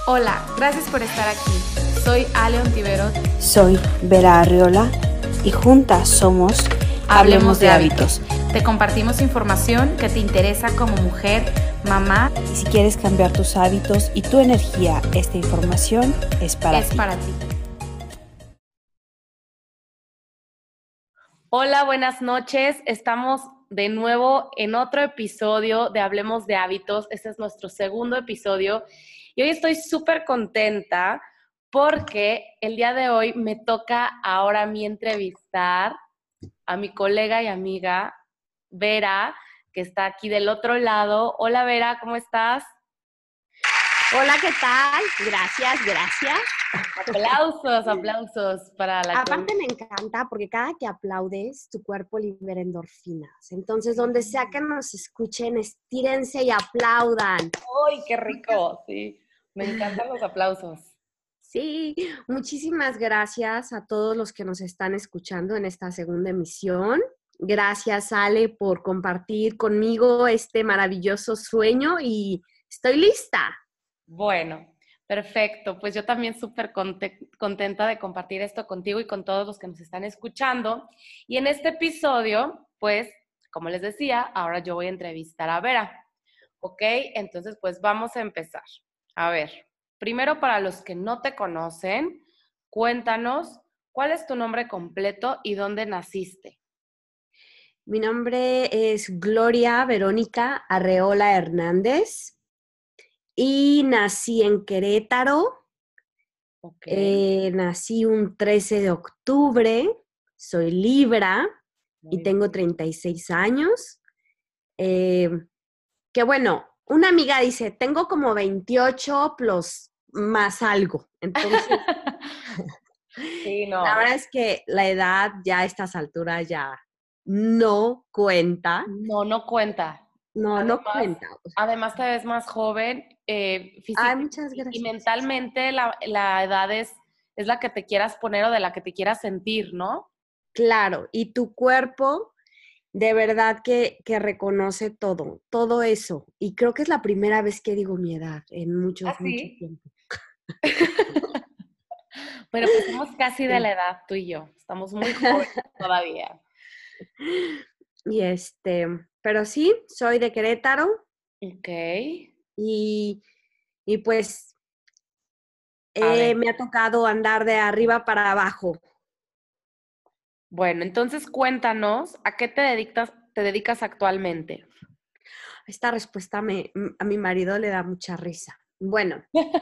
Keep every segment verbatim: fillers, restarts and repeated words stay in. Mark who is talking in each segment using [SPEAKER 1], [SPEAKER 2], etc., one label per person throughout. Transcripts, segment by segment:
[SPEAKER 1] Hola, gracias por estar aquí. Soy Ale Ontiveros.
[SPEAKER 2] Soy Vera Arriola y juntas somos
[SPEAKER 1] Hablemos, Hablemos de, de hábitos. hábitos. Te compartimos información que te interesa como mujer, mamá.
[SPEAKER 2] Y si quieres cambiar tus hábitos y tu energía, esta información es para
[SPEAKER 1] es
[SPEAKER 2] ti.
[SPEAKER 1] para ti. Hola, buenas noches. Estamos de nuevo en otro episodio de Hablemos de Hábitos. Este es nuestro segundo episodio. Y hoy estoy súper contenta porque el día de hoy me toca ahora a mí entrevistar a mi colega y amiga Vera, que está aquí del otro lado. Hola Vera, ¿cómo estás?
[SPEAKER 3] Hola, ¿qué tal? Gracias, gracias.
[SPEAKER 1] Aplausos, aplausos para la
[SPEAKER 3] Aparte me encanta porque cada que aplaudes, tu cuerpo libera endorfinas. Entonces, donde sea que nos escuchen, estírense y aplaudan.
[SPEAKER 1] ¡Ay, qué rico! Sí, me encantan los aplausos.
[SPEAKER 3] Sí, muchísimas gracias a todos los que nos están escuchando en esta segunda emisión. Gracias, Ale, por compartir conmigo este maravilloso sueño y estoy lista.
[SPEAKER 1] Bueno, perfecto. Pues yo también súper contenta de compartir esto contigo y con todos los que nos están escuchando. Y en este episodio, pues, como les decía, ahora yo voy a entrevistar a Vera. ¿Ok? Entonces, pues vamos a empezar. A ver, primero para los que no te conocen, cuéntanos cuál es tu nombre completo y dónde naciste.
[SPEAKER 3] Mi nombre es Gloria Verónica Arreola Hernández. Y nací en Querétaro,
[SPEAKER 1] okay.
[SPEAKER 3] eh, nací un trece de octubre, soy Libra
[SPEAKER 1] Muy
[SPEAKER 3] y tengo
[SPEAKER 1] bien.
[SPEAKER 3] treinta y seis años. Eh, que bueno, una amiga dice, tengo como veintiocho plus más algo. Entonces,
[SPEAKER 1] sí, no.
[SPEAKER 3] la verdad es que la edad ya a estas alturas ya no cuenta.
[SPEAKER 1] No, no cuenta.
[SPEAKER 3] No,
[SPEAKER 1] Además,
[SPEAKER 3] no cuenta.
[SPEAKER 1] además te ves más joven, eh,
[SPEAKER 3] Ay,
[SPEAKER 1] física
[SPEAKER 3] muchas
[SPEAKER 1] y, y
[SPEAKER 3] gracias.
[SPEAKER 1] mentalmente la, la edad es, es la que te quieras poner o de la que te quieras sentir, ¿no?
[SPEAKER 3] Claro, y tu cuerpo de verdad que, que reconoce todo, todo eso. Y creo que es la primera vez que digo mi edad en mucho,
[SPEAKER 1] ¿Ah,
[SPEAKER 3] mucho
[SPEAKER 1] sí?
[SPEAKER 3] tiempo.
[SPEAKER 1] Pero pues somos casi de la
[SPEAKER 3] Sí.
[SPEAKER 1] edad, tú y yo. Estamos muy jóvenes todavía.
[SPEAKER 3] Y este, pero sí, soy de Querétaro
[SPEAKER 1] Ok.
[SPEAKER 3] y, y pues
[SPEAKER 1] A
[SPEAKER 3] eh,
[SPEAKER 1] ver.
[SPEAKER 3] me ha tocado andar de arriba para abajo.
[SPEAKER 1] Bueno, entonces cuéntanos, ¿a qué te dedicas, te dedicas actualmente?
[SPEAKER 3] Esta respuesta me, a mi marido le da mucha risa. Bueno,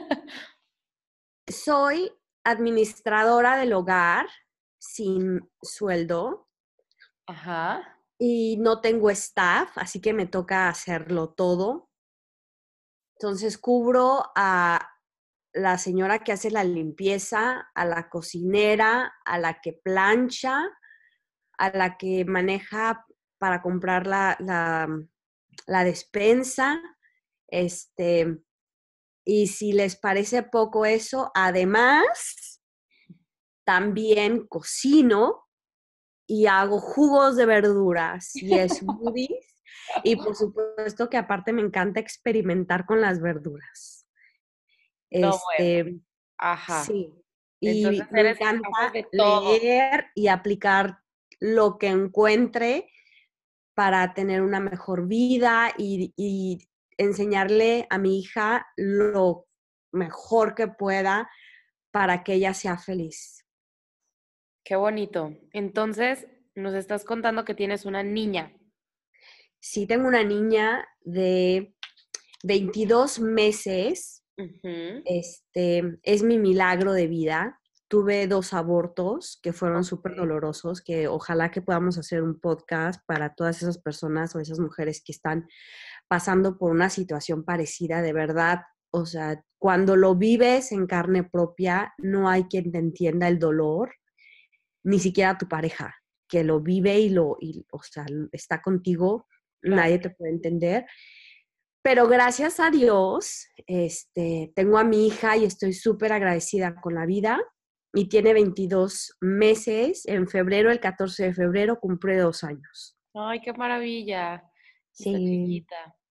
[SPEAKER 3] soy administradora del hogar sin sueldo.
[SPEAKER 1] Ajá.
[SPEAKER 3] Y no tengo staff, así que me toca hacerlo todo. Entonces cubro a la señora que hace la limpieza, a la cocinera, a la que plancha, a la que maneja para comprar la, la, la despensa. Este, y si les parece poco eso, además, también cocino y hago jugos de verduras y smoothies. Y por supuesto que aparte me encanta experimentar con las verduras.
[SPEAKER 1] No, bueno.
[SPEAKER 3] Este,
[SPEAKER 1] Ajá.
[SPEAKER 3] sí.
[SPEAKER 1] Entonces
[SPEAKER 3] Y me
[SPEAKER 1] eres, haces
[SPEAKER 3] encanta
[SPEAKER 1] de todo.
[SPEAKER 3] leer y aplicar lo que encuentre para tener una mejor vida y, y enseñarle a mi hija lo mejor que pueda para que ella sea feliz.
[SPEAKER 1] Qué bonito. Entonces, nos estás contando que tienes una niña.
[SPEAKER 3] Sí, tengo una niña de veintidós meses.
[SPEAKER 1] Uh-huh.
[SPEAKER 3] Este, es mi milagro de vida. Tuve dos abortos que fueron súper
[SPEAKER 1] Okay.
[SPEAKER 3] dolorosos, que ojalá que podamos hacer un podcast para todas esas personas o esas mujeres que están pasando por una situación parecida, de verdad. O sea, cuando lo vives en carne propia, no hay quien te entienda el dolor, ni siquiera tu pareja, que lo vive y lo, y, o sea, está contigo,
[SPEAKER 1] Claro.
[SPEAKER 3] nadie te puede entender. Pero gracias a Dios, este, tengo a mi hija y estoy súper agradecida con la vida. Y tiene veintidós meses. En febrero, el catorce de febrero, cumple dos años.
[SPEAKER 1] Ay, qué maravilla. Está
[SPEAKER 3] Sí.
[SPEAKER 1] chiquita.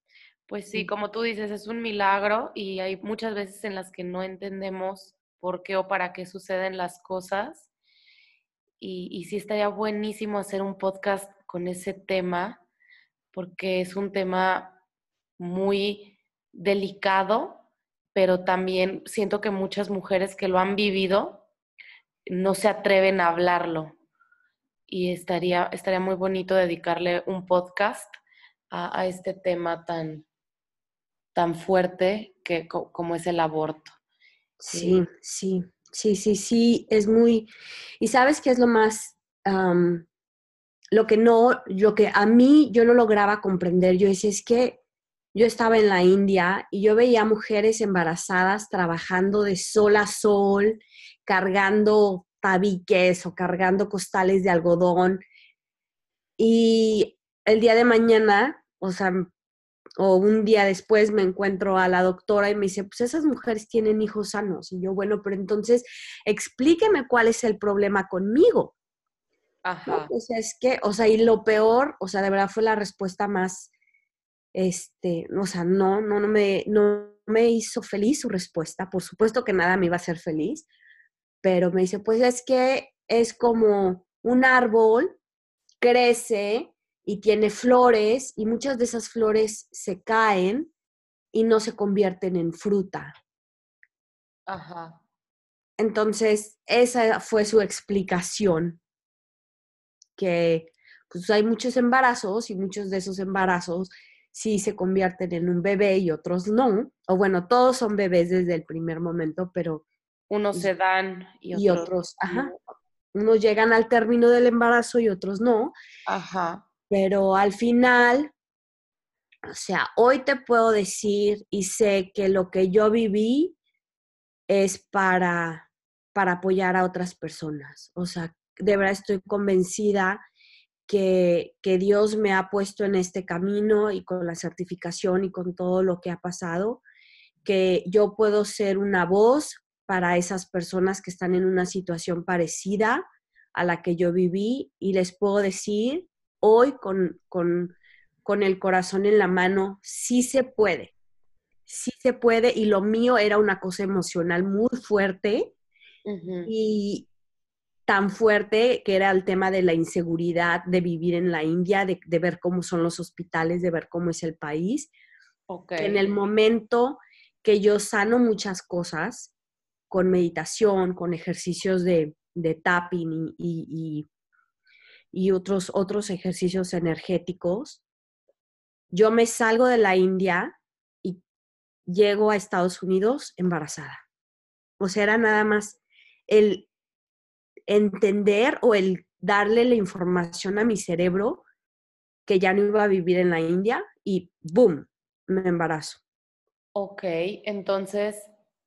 [SPEAKER 1] Pues sí, como tú dices, es un milagro y hay muchas veces en las que no entendemos por qué o para qué suceden las cosas. Y, y sí estaría buenísimo hacer un podcast con ese tema, porque es un tema muy delicado, pero también siento que muchas mujeres que lo han vivido no se atreven a hablarlo. Y estaría, estaría muy bonito dedicarle un podcast a, a este tema tan, tan fuerte que, co- como es el aborto.
[SPEAKER 3] Sí,
[SPEAKER 1] Y,
[SPEAKER 3] sí, sí, sí, sí, es muy... ¿Y sabes qué es lo más, am, lo que no, lo que a mí yo no lograba comprender? Yo decía, es que yo estaba en la India y yo veía mujeres embarazadas trabajando de sol a sol, cargando tabiques o cargando costales de algodón, y el día de mañana, o sea, o un día después me encuentro a la doctora y me dice, pues esas mujeres tienen hijos sanos. Y yo, bueno, pero entonces explíqueme cuál es el problema conmigo, ¿no?
[SPEAKER 1] ajá,
[SPEAKER 3] Pues es que, o sea, y lo peor, o sea, de verdad fue la respuesta más, este, o sea, no, no, no me, no me hizo feliz su respuesta. Por supuesto que nada me iba a hacer feliz, pero me dice, pues es que es como un árbol, crece y tiene flores y muchas de esas flores se caen y no se convierten en fruta.
[SPEAKER 1] ajá.
[SPEAKER 3] Entonces, esa fue su explicación, que pues hay muchos embarazos y muchos de esos embarazos sí se convierten en un bebé y otros no. O bueno, todos son bebés desde el primer momento, pero
[SPEAKER 1] Unos
[SPEAKER 3] pues,
[SPEAKER 1] se dan y
[SPEAKER 3] y
[SPEAKER 1] otros
[SPEAKER 3] otros, ajá,
[SPEAKER 1] no.
[SPEAKER 3] unos llegan al término del embarazo y otros no,
[SPEAKER 1] Ajá,
[SPEAKER 3] pero al final, o sea, hoy te puedo decir y sé que lo que yo viví es para, para apoyar a otras personas. O sea, de verdad estoy convencida que, que Dios me ha puesto en este camino y con la certificación y con todo lo que ha pasado, que yo puedo ser una voz para esas personas que están en una situación parecida a la que yo viví, y les puedo decir hoy con, con, con el corazón en la mano, sí se puede, sí se puede, y lo mío era una cosa emocional muy fuerte
[SPEAKER 1] ujú,
[SPEAKER 3] y tan fuerte que era el tema de la inseguridad de vivir en la India, de, de ver cómo son los hospitales, de ver cómo es el país,
[SPEAKER 1] ok,
[SPEAKER 3] que en el momento que yo sano muchas cosas con meditación, con ejercicios de, de tapping y, y, y, y otros, otros ejercicios energéticos, yo me salgo de la India y llego a Estados Unidos embarazada. O sea, era nada más el entender o el darle la información a mi cerebro que ya no iba a vivir en la India y ¡boom! Me embarazo.
[SPEAKER 1] ok. Entonces,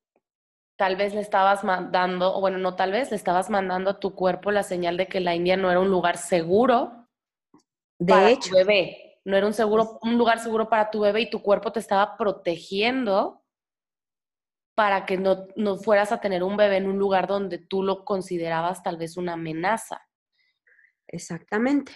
[SPEAKER 1] tal vez le estabas mandando, o bueno, no tal vez, le estabas mandando a tu cuerpo la señal de que la India no era un lugar seguro para
[SPEAKER 3] De
[SPEAKER 1] tu
[SPEAKER 3] hecho,
[SPEAKER 1] bebé. No era un
[SPEAKER 3] es
[SPEAKER 1] seguro, un lugar seguro para tu bebé y tu cuerpo te estaba protegiendo para que no, no fueras a tener un bebé en un lugar donde tú lo considerabas tal vez una amenaza.
[SPEAKER 3] exactamente,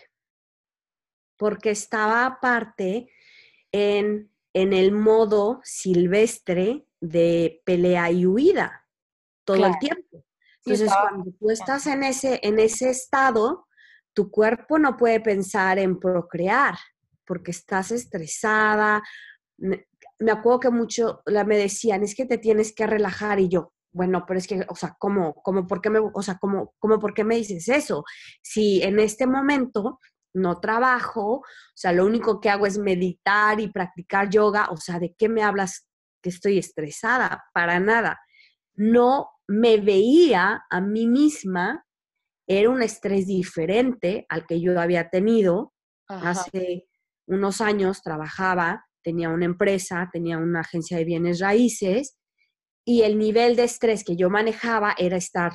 [SPEAKER 3] porque estaba aparte en, en el modo silvestre de pelea y huida todo el
[SPEAKER 1] Claro,
[SPEAKER 3] tiempo.
[SPEAKER 1] sí
[SPEAKER 3] Entonces,
[SPEAKER 1] estaba.
[SPEAKER 3] cuando tú estás en ese, en ese estado, tu cuerpo no puede pensar en procrear porque estás estresada. Me, me acuerdo que mucho la, me decían, es que te tienes que relajar, y yo, bueno, pero es que, o sea, ¿cómo, cómo, por qué me, o sea, cómo, cómo, por qué me dices eso? Si en este momento no trabajo, o sea, lo único que hago es meditar y practicar yoga, o sea, ¿de qué me hablas que estoy estresada? Para nada. No me veía a mí misma, era un estrés diferente al que yo había tenido.
[SPEAKER 1] Ajá,
[SPEAKER 3] Hace unos años trabajaba, tenía una empresa, tenía una agencia de bienes raíces, y el nivel de estrés que yo manejaba era estar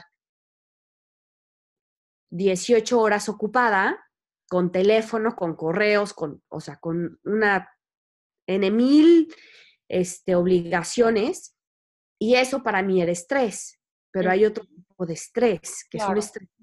[SPEAKER 3] dieciocho horas ocupada con teléfono, con correos, con, o sea, con una N mil este, obligaciones, y eso para mí era estrés. Pero
[SPEAKER 1] mm,
[SPEAKER 3] hay otro tipo de estrés, que es un
[SPEAKER 1] claro,
[SPEAKER 3] estrés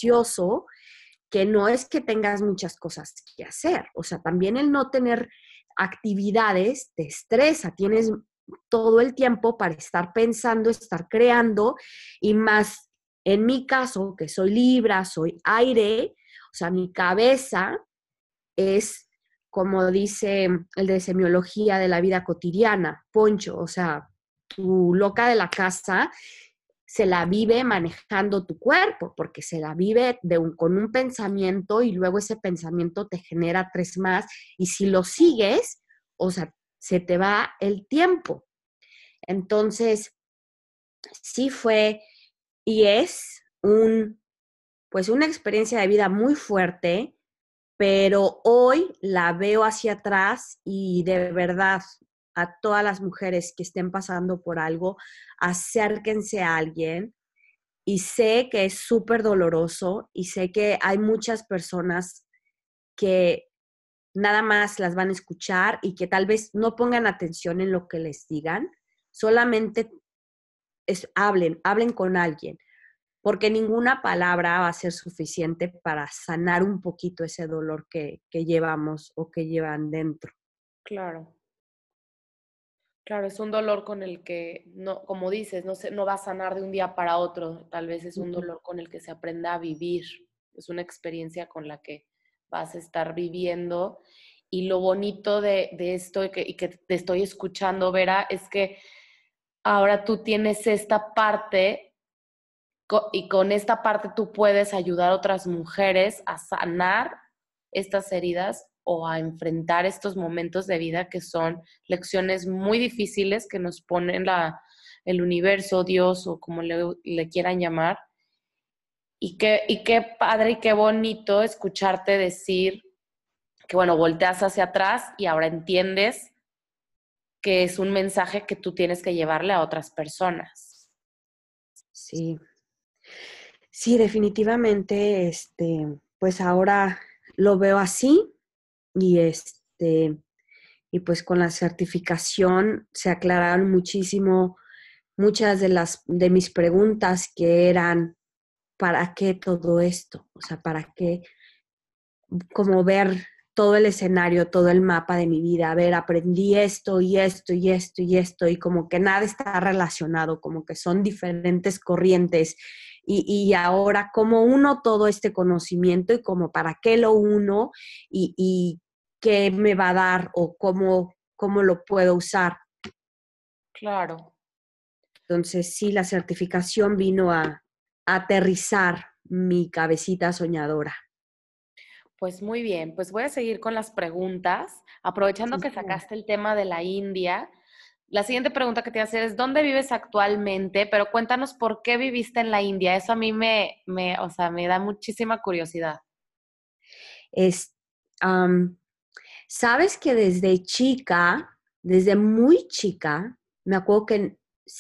[SPEAKER 3] silencioso, que no es que tengas muchas cosas que hacer, o sea, también el no tener, actividades te estresa, tienes todo el tiempo para estar pensando, estar creando, y más en mi caso, que soy Libra, soy aire, o sea, mi cabeza es, como dice el de semiología de la vida cotidiana, Poncho, o sea, tu loca de la casa se la vive manejando tu cuerpo, porque se la vive de un, con un pensamiento y luego ese pensamiento te genera tres más, y si lo sigues, o sea, se te va el tiempo. Entonces, sí fue y es un, pues una experiencia de vida muy fuerte, pero hoy la veo hacia atrás y de verdad a todas las mujeres que estén pasando por algo, acérquense a alguien, y sé que es súper doloroso y sé que hay muchas personas que nada más las van a escuchar y que tal vez no pongan atención en lo que les digan, solamente es, hablen, hablen con alguien, porque ninguna palabra va a ser suficiente para sanar un poquito ese dolor que, que llevamos o que llevan dentro.
[SPEAKER 1] Claro. Claro, es un dolor con el que, no, como dices, no se, no va a sanar de un día para otro. Tal vez es un dolor con el que se aprenda a vivir. Es una experiencia con la que vas a estar viviendo. Y lo bonito de, de esto y que, y que te estoy escuchando, Vera, es que ahora tú tienes esta parte co- y con esta parte tú puedes ayudar a otras mujeres a sanar estas heridas o a enfrentar estos momentos de vida que son lecciones muy difíciles que nos ponen la, el universo, Dios o como le, le quieran llamar. Y qué, y qué padre y qué bonito escucharte decir que, bueno, volteas hacia atrás y ahora entiendes que es un mensaje que tú tienes que llevarle a otras personas.
[SPEAKER 3] Sí, sí, definitivamente, este, pues ahora lo veo así, y este, y pues con la certificación se aclararon muchísimo muchas de las de mis preguntas, que eran ¿para qué todo esto? O sea, ¿para qué? Como ver todo el escenario, todo el mapa de mi vida, a ver, aprendí esto y esto y esto y esto, y como que nada está relacionado, como que son diferentes corrientes, y, y ahora cómo uno todo este conocimiento y como para qué lo uno, y, y qué me va a dar o cómo, cómo lo puedo usar.
[SPEAKER 1] Claro.
[SPEAKER 3] Entonces, sí, la certificación vino a, a aterrizar mi cabecita soñadora.
[SPEAKER 1] Pues muy bien, pues voy a seguir con las preguntas, aprovechando
[SPEAKER 3] Sí,
[SPEAKER 1] que
[SPEAKER 3] claro.
[SPEAKER 1] sacaste el tema de la India. La siguiente pregunta que te voy a hacer es, ¿dónde vives actualmente? Pero cuéntanos por qué viviste en la India. Eso a mí me, me, o sea, me da muchísima curiosidad.
[SPEAKER 3] Es, um, Sabes que desde chica, desde muy chica, me acuerdo que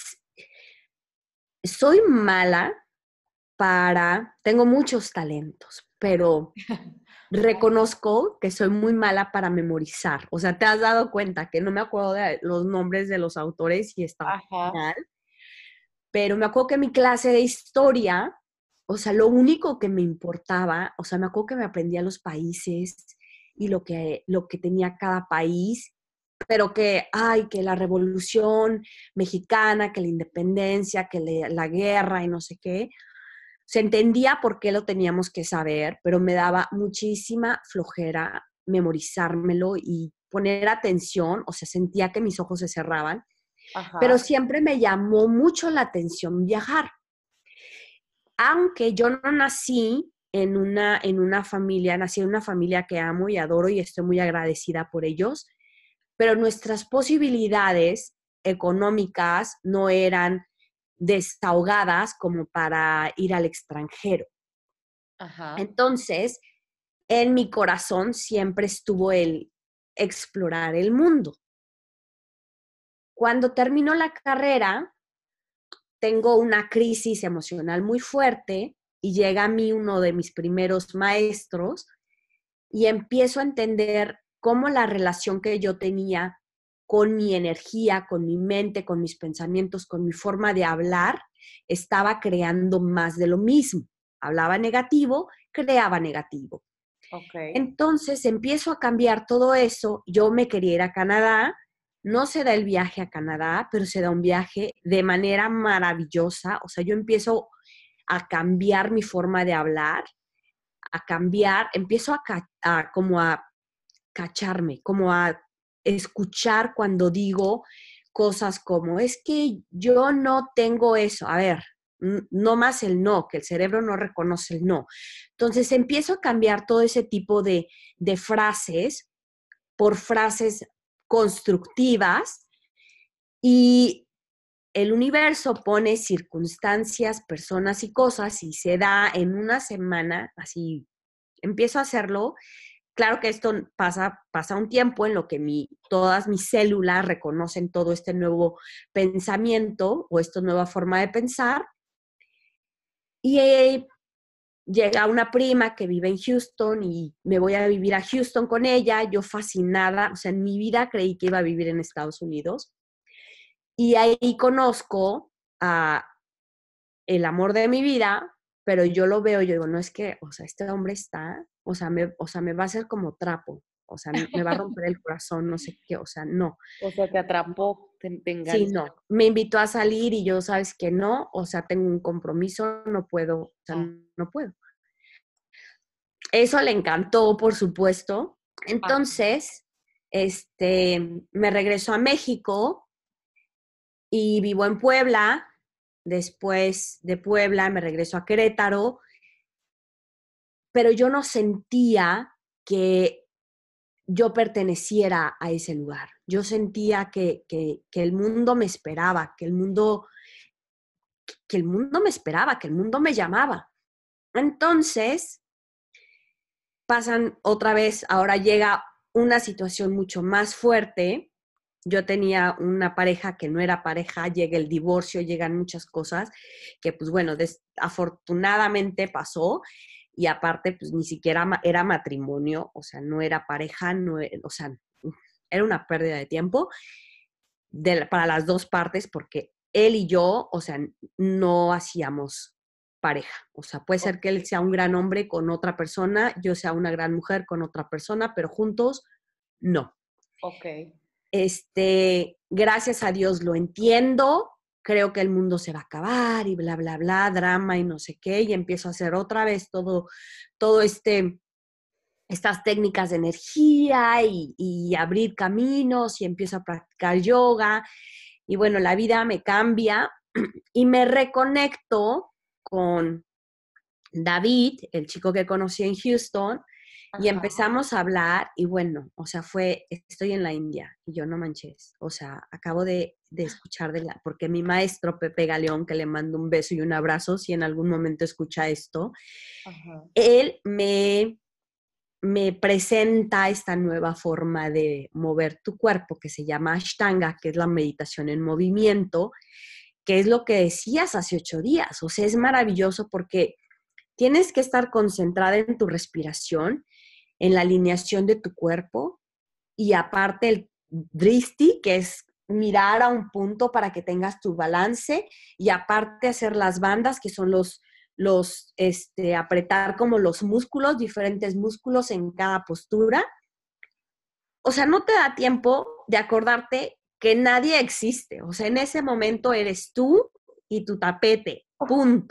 [SPEAKER 3] soy mala para, tengo muchos talentos, pero reconozco que soy muy mala para memorizar. O sea, te has dado cuenta que no me acuerdo de los nombres de los autores y está
[SPEAKER 1] Ajá,
[SPEAKER 3] mal, pero me acuerdo que mi clase de historia, o sea, lo único que me importaba, o sea, me acuerdo que me aprendía los países y lo que, lo que tenía cada país, pero que, ay, que la revolución mexicana, que la independencia, que le, la guerra y no sé qué, se entendía por qué lo teníamos que saber, pero me daba muchísima flojera memorizármelo y poner atención, o sea, sentía que mis ojos se cerraban, pero
[SPEAKER 1] ajá,
[SPEAKER 3] siempre me llamó mucho la atención viajar. Aunque yo no nací en una, en una familia, nací en una familia que amo y adoro y estoy muy agradecida por ellos, pero nuestras posibilidades económicas no eran desahogadas como para ir al extranjero.
[SPEAKER 1] ajá,
[SPEAKER 3] Entonces, en mi corazón siempre estuvo el explorar el mundo. Cuando terminó la carrera, tengo una crisis emocional muy fuerte y llega a mí uno de mis primeros maestros y empiezo a entender cómo la relación que yo tenía con mi energía, con mi mente, con mis pensamientos, con mi forma de hablar, estaba creando más de lo mismo. Hablaba negativo, creaba negativo.
[SPEAKER 1] Ok.
[SPEAKER 3] Entonces empiezo a cambiar todo eso. Yo me quería ir a Canadá. No se da el viaje a Canadá, pero se da un viaje de manera maravillosa. O sea, yo empiezo a cambiar mi forma de hablar, a cambiar, empiezo a, ca- a como a cacharme, como a escuchar cuando digo cosas como, es que yo no tengo eso. A ver, n- no más el no, que el cerebro no reconoce el no. Entonces empiezo a cambiar todo ese tipo de, de frases por frases constructivas y el universo pone circunstancias, personas y cosas y se da en una semana, así empiezo a hacerlo. Claro que esto pasa, pasa un tiempo en lo que mi, todas mis células reconocen todo este nuevo pensamiento o esta nueva forma de pensar. Y eh, llega una prima que vive en Houston y me voy a vivir a Houston con ella. Yo fascinada, o sea, en mi vida creí que iba a vivir en Estados Unidos. Y ahí conozco a el amor de mi vida, pero yo lo veo, yo digo, no es que, o sea, este hombre está, o sea, me, o sea, me va a hacer como trapo, o sea, me va a romper el corazón, no sé qué, o sea, no.
[SPEAKER 1] O sea, te atrapó, te, te
[SPEAKER 3] Sí,
[SPEAKER 1] enganchó.
[SPEAKER 3] no. Me invitó a salir y yo, sabes que no, o sea, tengo un compromiso, no puedo, o sea, no puedo. Eso le encantó, por supuesto.
[SPEAKER 1] Ah,
[SPEAKER 3] Entonces, este, me regreso a México y vivo en Puebla. Después de Puebla me regreso a Querétaro, pero yo no sentía que yo perteneciera a ese lugar. Yo sentía que, que, que el mundo me esperaba, que el mundo, que el mundo me esperaba, que el mundo me llamaba. Entonces, pasan otra vez, ahora llega una situación mucho más fuerte. Yo tenía una pareja que no era pareja, llega el divorcio, llegan muchas cosas que, pues bueno, afortunadamente pasó y aparte, pues ni siquiera era matrimonio, o sea, no era pareja, no, o sea, era una pérdida de tiempo de, para las dos partes porque él y yo, o sea, no hacíamos pareja. O sea, puede ser que él sea un gran hombre con otra persona, yo sea una gran mujer con otra persona, pero juntos, no.
[SPEAKER 1] ok.
[SPEAKER 3] Este, gracias a Dios lo entiendo, creo que el mundo se va a acabar y bla, bla, bla, drama y no sé qué, y empiezo a hacer otra vez todo, todo este, estas técnicas de energía y, y abrir caminos y empiezo a practicar yoga y bueno, la vida me cambia y me reconecto con David, el chico que conocí en Houston, y
[SPEAKER 1] Ajá.
[SPEAKER 3] empezamos a hablar y bueno, o sea, fue, estoy en la India y yo no manches, o sea, acabo de, de escuchar de la, porque mi maestro Pepe Galeón, que le mando un beso y un abrazo, si en algún momento escucha esto,
[SPEAKER 1] Ajá.
[SPEAKER 3] él me, me presenta esta nueva forma de mover tu cuerpo que se llama Ashtanga, que es la meditación en movimiento, que es lo que decías hace ocho días, o sea, es maravilloso porque tienes que estar concentrada en tu respiración, en la alineación de tu cuerpo y aparte el drishti, que es mirar a un punto para que tengas tu balance y aparte hacer las bandas, que son los, los este, apretar como los músculos, diferentes músculos en cada postura. O sea, no te da tiempo de acordarte que nadie existe. O sea, en ese momento eres tú y tu tapete, punto.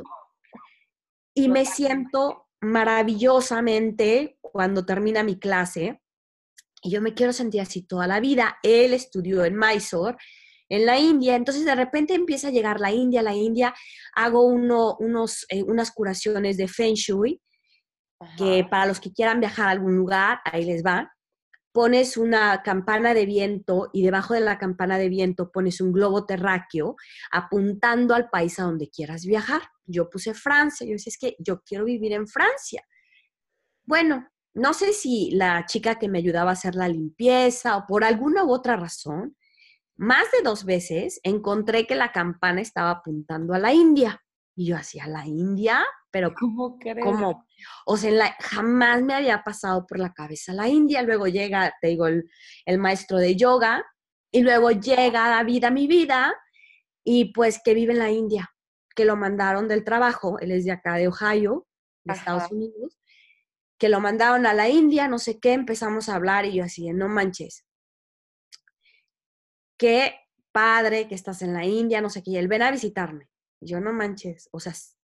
[SPEAKER 3] Y me siento maravillosamente cuando termina mi clase y yo me quiero sentir así toda la vida. Él estudió en Mysore, en la India, entonces de repente empieza a llegar la India, la India, hago uno, unos, eh, unas curaciones de Feng Shui, que
[SPEAKER 1] Ajá.
[SPEAKER 3] para los que quieran viajar a algún lugar, ahí les va. Pones una campana de viento y debajo de la campana de viento pones un globo terráqueo apuntando al país a donde quieras viajar. Yo puse Francia, yo decía, es que yo quiero vivir en Francia. Bueno, no sé si la chica que me ayudaba a hacer la limpieza o por alguna u otra razón, más de dos veces encontré que la campana estaba apuntando a la India. Y yo hacía la India, pero
[SPEAKER 1] ¿Cómo crees?
[SPEAKER 3] ¿cómo? O sea, en la, jamás me había pasado por la cabeza la India. Luego llega, te digo, el, el maestro de yoga y luego llega David a mi vida y pues que vive en la India, que lo mandaron del trabajo, él es de acá de Ohio, de
[SPEAKER 1] Ajá.
[SPEAKER 3] Estados Unidos, que lo mandaron a la India, no sé qué, empezamos a hablar y yo así, no manches, qué padre que estás en la India, no sé qué, y él ven a visitarme. Y yo no manches, o sea,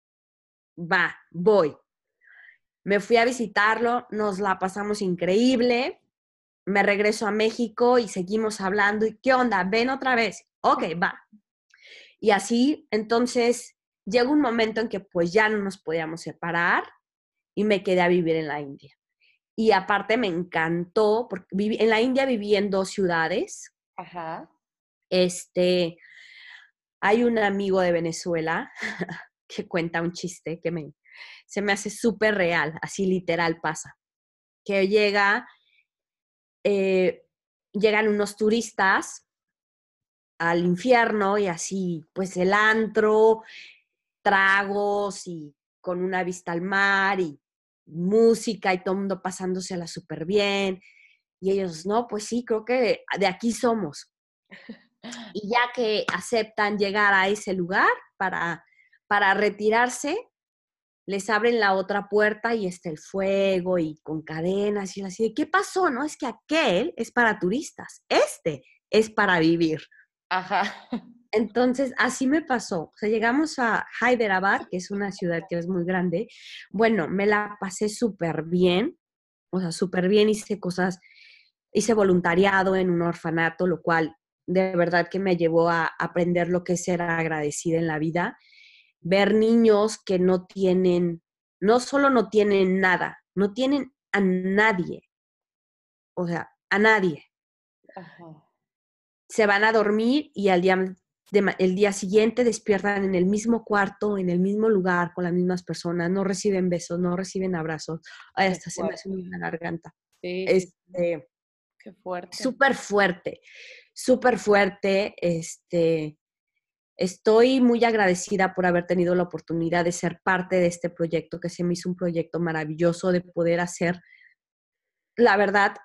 [SPEAKER 3] va, voy. Me fui a visitarlo, nos la pasamos increíble, me regreso a México y seguimos hablando, ¿y qué onda? ¿Ven otra vez? Ok, va. Y así, entonces, llegó un momento en que pues ya no nos podíamos separar y me quedé a vivir en la India. Y aparte me encantó, porque viví, en la India viví en dos ciudades.
[SPEAKER 1] Ajá.
[SPEAKER 3] Este, hay un amigo de Venezuela que cuenta un chiste que me, se me hace súper real, así literal pasa, que llega, eh, llegan unos turistas al infierno y así, pues el antro, tragos y con una vista al mar y música y todo el mundo pasándosela súper bien. Y ellos, no, pues sí, creo que de aquí somos. Y ya que aceptan llegar a ese lugar para, para retirarse, les abren la otra puerta y está el fuego y con cadenas y así, ¿qué pasó? No, es que aquel es para turistas, este es para vivir.
[SPEAKER 1] Ajá.
[SPEAKER 3] Entonces, así me pasó. O sea, llegamos a Hyderabad, que es una ciudad que es muy grande. Bueno, me la pasé súper bien, o sea, súper bien, hice cosas, hice voluntariado en un orfanato, lo cual de verdad que me llevó a aprender lo que es ser agradecida en la vida. Ver niños que no tienen, no solo no tienen nada, no tienen a nadie, o sea, a nadie.
[SPEAKER 1] Ajá.
[SPEAKER 3] Se van a dormir y al día, de, el día siguiente despiertan en el mismo cuarto, en el mismo lugar, con las mismas personas, no reciben besos, no reciben abrazos. Ay,
[SPEAKER 1] Qué
[SPEAKER 3] hasta se me hace
[SPEAKER 1] fuerte.
[SPEAKER 3] una garganta.
[SPEAKER 1] Sí, sí, sí.
[SPEAKER 3] Este,
[SPEAKER 1] Qué fuerte.
[SPEAKER 3] súper fuerte, súper fuerte. Este, estoy muy agradecida por haber tenido la oportunidad de ser parte de este proyecto, que se me hizo un proyecto maravilloso de poder hacer, la verdad,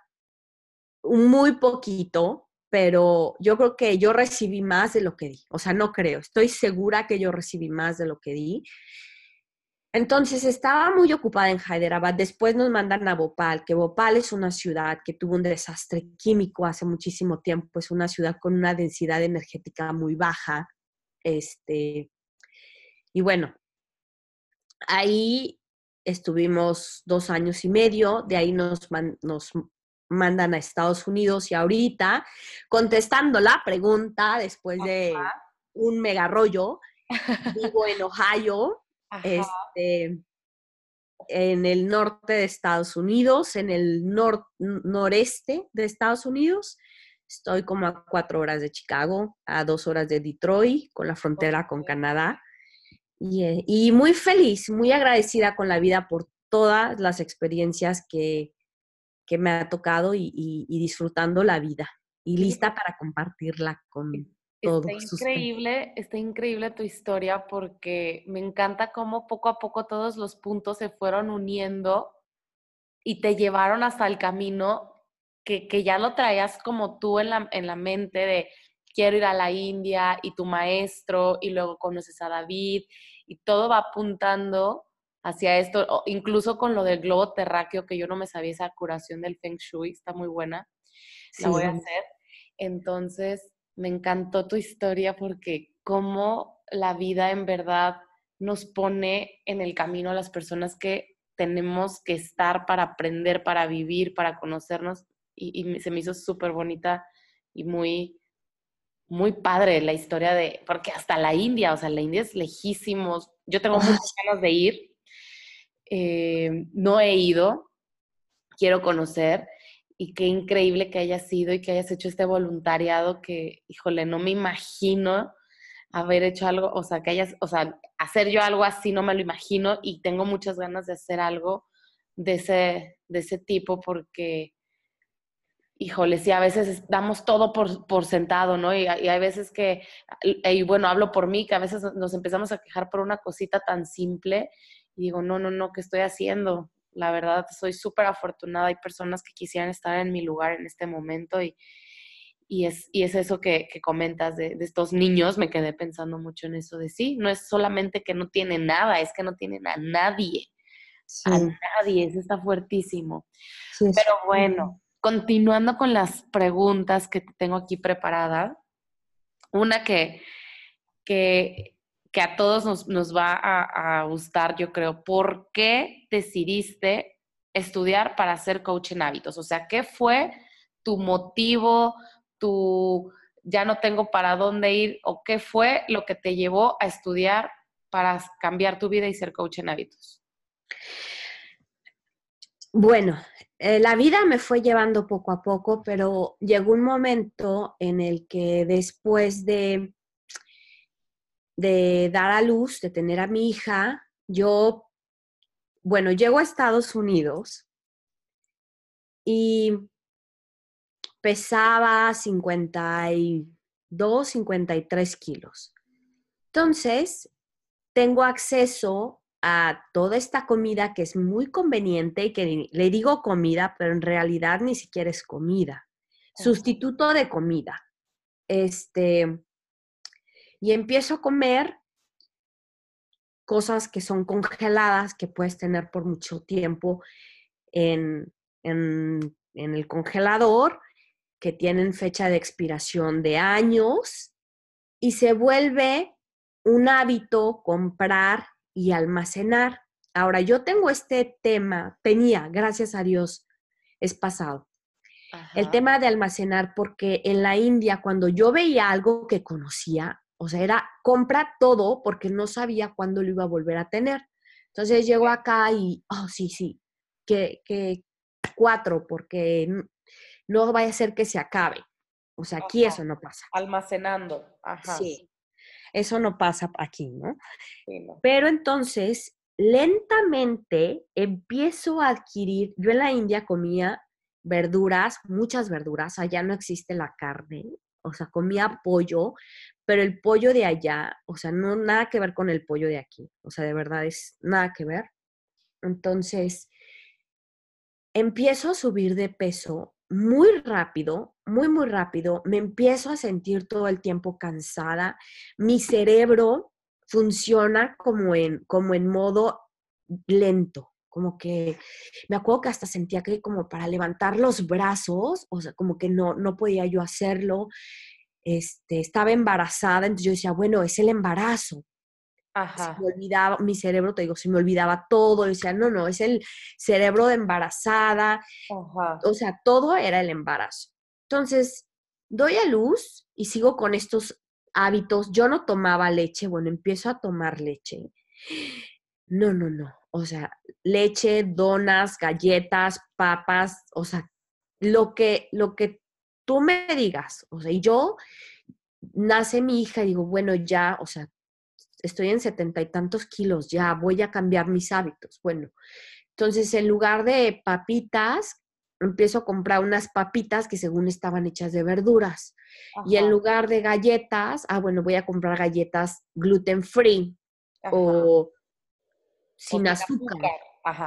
[SPEAKER 3] muy poquito, pero yo creo que yo recibí más de lo que di. O sea, no creo, estoy segura que yo recibí más de lo que di. Entonces estaba muy ocupada en Hyderabad. Después nos mandan a Bhopal, que Bhopal es una ciudad que tuvo un desastre químico hace muchísimo tiempo. Es una ciudad con una densidad energética muy baja. Este, y bueno, ahí estuvimos dos años y medio. De ahí nos, man, nos mandan a Estados Unidos y ahorita, contestando la pregunta, después de
[SPEAKER 1] Ajá.
[SPEAKER 3] un mega rollo, vivo en Ohio,
[SPEAKER 1] Ajá.
[SPEAKER 3] este, en el norte de Estados Unidos, en el nor noreste de Estados Unidos. Estoy como a cuatro horas de Chicago, a dos horas de Detroit, con la frontera con
[SPEAKER 1] Ok.
[SPEAKER 3] Canadá. Y, y muy feliz, muy agradecida con la vida por todas las experiencias que, que me ha tocado y, y, y disfrutando la vida y
[SPEAKER 1] Sí,
[SPEAKER 3] lista para compartirla
[SPEAKER 1] es-
[SPEAKER 3] con
[SPEAKER 1] está
[SPEAKER 3] todos ustedes.
[SPEAKER 1] increíble, está increíble tu historia porque me encanta cómo poco a poco todos los puntos se fueron uniendo y te llevaron hasta el camino que, que ya lo traías como tú en la, en la mente de quiero ir a la India y tu maestro y luego conoces a David y todo va apuntando hacia esto, o incluso con lo del globo terráqueo que yo no me sabía esa curación del Feng Shui, está muy buena, la
[SPEAKER 3] Sí,
[SPEAKER 1] voy a
[SPEAKER 3] bueno.
[SPEAKER 1] hacer. Entonces, me encantó tu historia porque cómo la vida en verdad nos pone en el camino a las personas que tenemos que estar para aprender, para vivir, para conocernos. Y, y se me hizo súper bonita y muy, muy padre la historia de, porque hasta la India, o sea, la India es lejísimos. Yo tengo
[SPEAKER 3] Ay,
[SPEAKER 1] muchas ganas de ir. Eh, no he ido, quiero conocer. Y qué increíble que hayas ido y que hayas hecho este voluntariado que, híjole, no me imagino haber hecho algo, o sea, que hayas, o sea, hacer yo algo así no me lo imagino y tengo muchas ganas de hacer algo de ese, de ese tipo porque, híjole, sí, a veces damos todo por, por sentado, ¿no? Y, y hay veces que, y bueno, hablo por mí, que a veces nos empezamos a quejar por una cosita tan simple y digo, no, no, no, ¿qué estoy haciendo? La verdad, soy súper afortunada. Hay personas que quisieran estar en mi lugar en este momento y, y, es, y es eso que, que comentas de, de estos niños. Me quedé pensando mucho en eso de sí, no es solamente que no tienen nada, es que no tienen a nadie. A
[SPEAKER 3] Sí,
[SPEAKER 1] nadie, eso está fuertísimo.
[SPEAKER 3] sí, es.
[SPEAKER 1] Pero bueno, continuando con las preguntas que tengo aquí preparadas, una que, que, que a todos nos, nos va a, a gustar, yo creo. ¿Por qué decidiste estudiar para ser coach en hábitos? O sea, ¿qué fue tu motivo, tu ya no tengo para dónde ir, o qué fue lo que te llevó a estudiar para cambiar tu vida y ser coach en hábitos?
[SPEAKER 3] Bueno, eh, la vida me fue llevando poco a poco, pero llegó un momento en el que después de, de dar a luz, de tener a mi hija, yo, bueno, llego a Estados Unidos y pesaba cincuenta y dos, cincuenta y tres kilos. Entonces, tengo acceso a toda esta comida que es muy conveniente y que le digo comida, pero en realidad ni siquiera es comida. Sustituto de comida. Este, y empiezo a comer cosas que son congeladas, que puedes tener por mucho tiempo en, en, en el congelador, que tienen fecha de expiración de años, y se vuelve un hábito comprar y almacenar. Ahora, yo tengo este tema, tenía, gracias a Dios, es pasado, el
[SPEAKER 1] Ajá.
[SPEAKER 3] tema de almacenar, porque en la India, cuando yo veía algo que conocía, o sea, era compra todo porque no sabía cuándo lo iba a volver a tener. Entonces llego acá y, oh, sí, sí, que, que cuatro, porque no vaya a ser que se acabe. O sea, aquí
[SPEAKER 1] Ajá.
[SPEAKER 3] eso no pasa.
[SPEAKER 1] Almacenando. Ajá.
[SPEAKER 3] Sí, eso no pasa aquí, ¿no?
[SPEAKER 1] Sí, no.
[SPEAKER 3] Pero entonces, lentamente empiezo a adquirir, yo en la India comía verduras, muchas verduras, allá no existe la carne, o sea, comía pollo, pero el pollo de allá, o sea, no nada que ver con el pollo de aquí, o sea, de verdad es nada que ver. Entonces, empiezo a subir de peso muy rápido, muy, muy rápido, me empiezo a sentir todo el tiempo cansada, mi cerebro funciona como en, como en modo lento, como que me acuerdo que hasta sentía que como para levantar los brazos, o sea, como que no, no podía yo hacerlo, este, estaba embarazada, entonces yo decía, bueno, es el embarazo, se me
[SPEAKER 1] Ajá.
[SPEAKER 3] olvidaba, mi cerebro, te digo, se me olvidaba todo, yo decía, no, no, es el cerebro de embarazada,
[SPEAKER 1] Ajá.
[SPEAKER 3] o sea, todo era el embarazo. Entonces, doy a luz y sigo con estos hábitos. Yo no tomaba leche, bueno, empiezo a tomar leche. No, no, no. O sea, leche, donas, galletas, papas, o sea, lo que, lo que tú me digas. O sea, y yo, nace mi hija y digo, bueno, ya, o sea, estoy en setenta y tantos kilos, ya voy a cambiar mis hábitos. Bueno, entonces, en lugar de papitas, empiezo a comprar unas papitas que según estaban hechas de verduras. Y en
[SPEAKER 1] Ajá.
[SPEAKER 3] lugar de galletas, ah, bueno, voy a comprar galletas gluten free
[SPEAKER 1] Ajá.
[SPEAKER 3] o
[SPEAKER 1] O
[SPEAKER 3] sin
[SPEAKER 1] sin
[SPEAKER 3] azúcar.
[SPEAKER 1] azúcar. Ajá.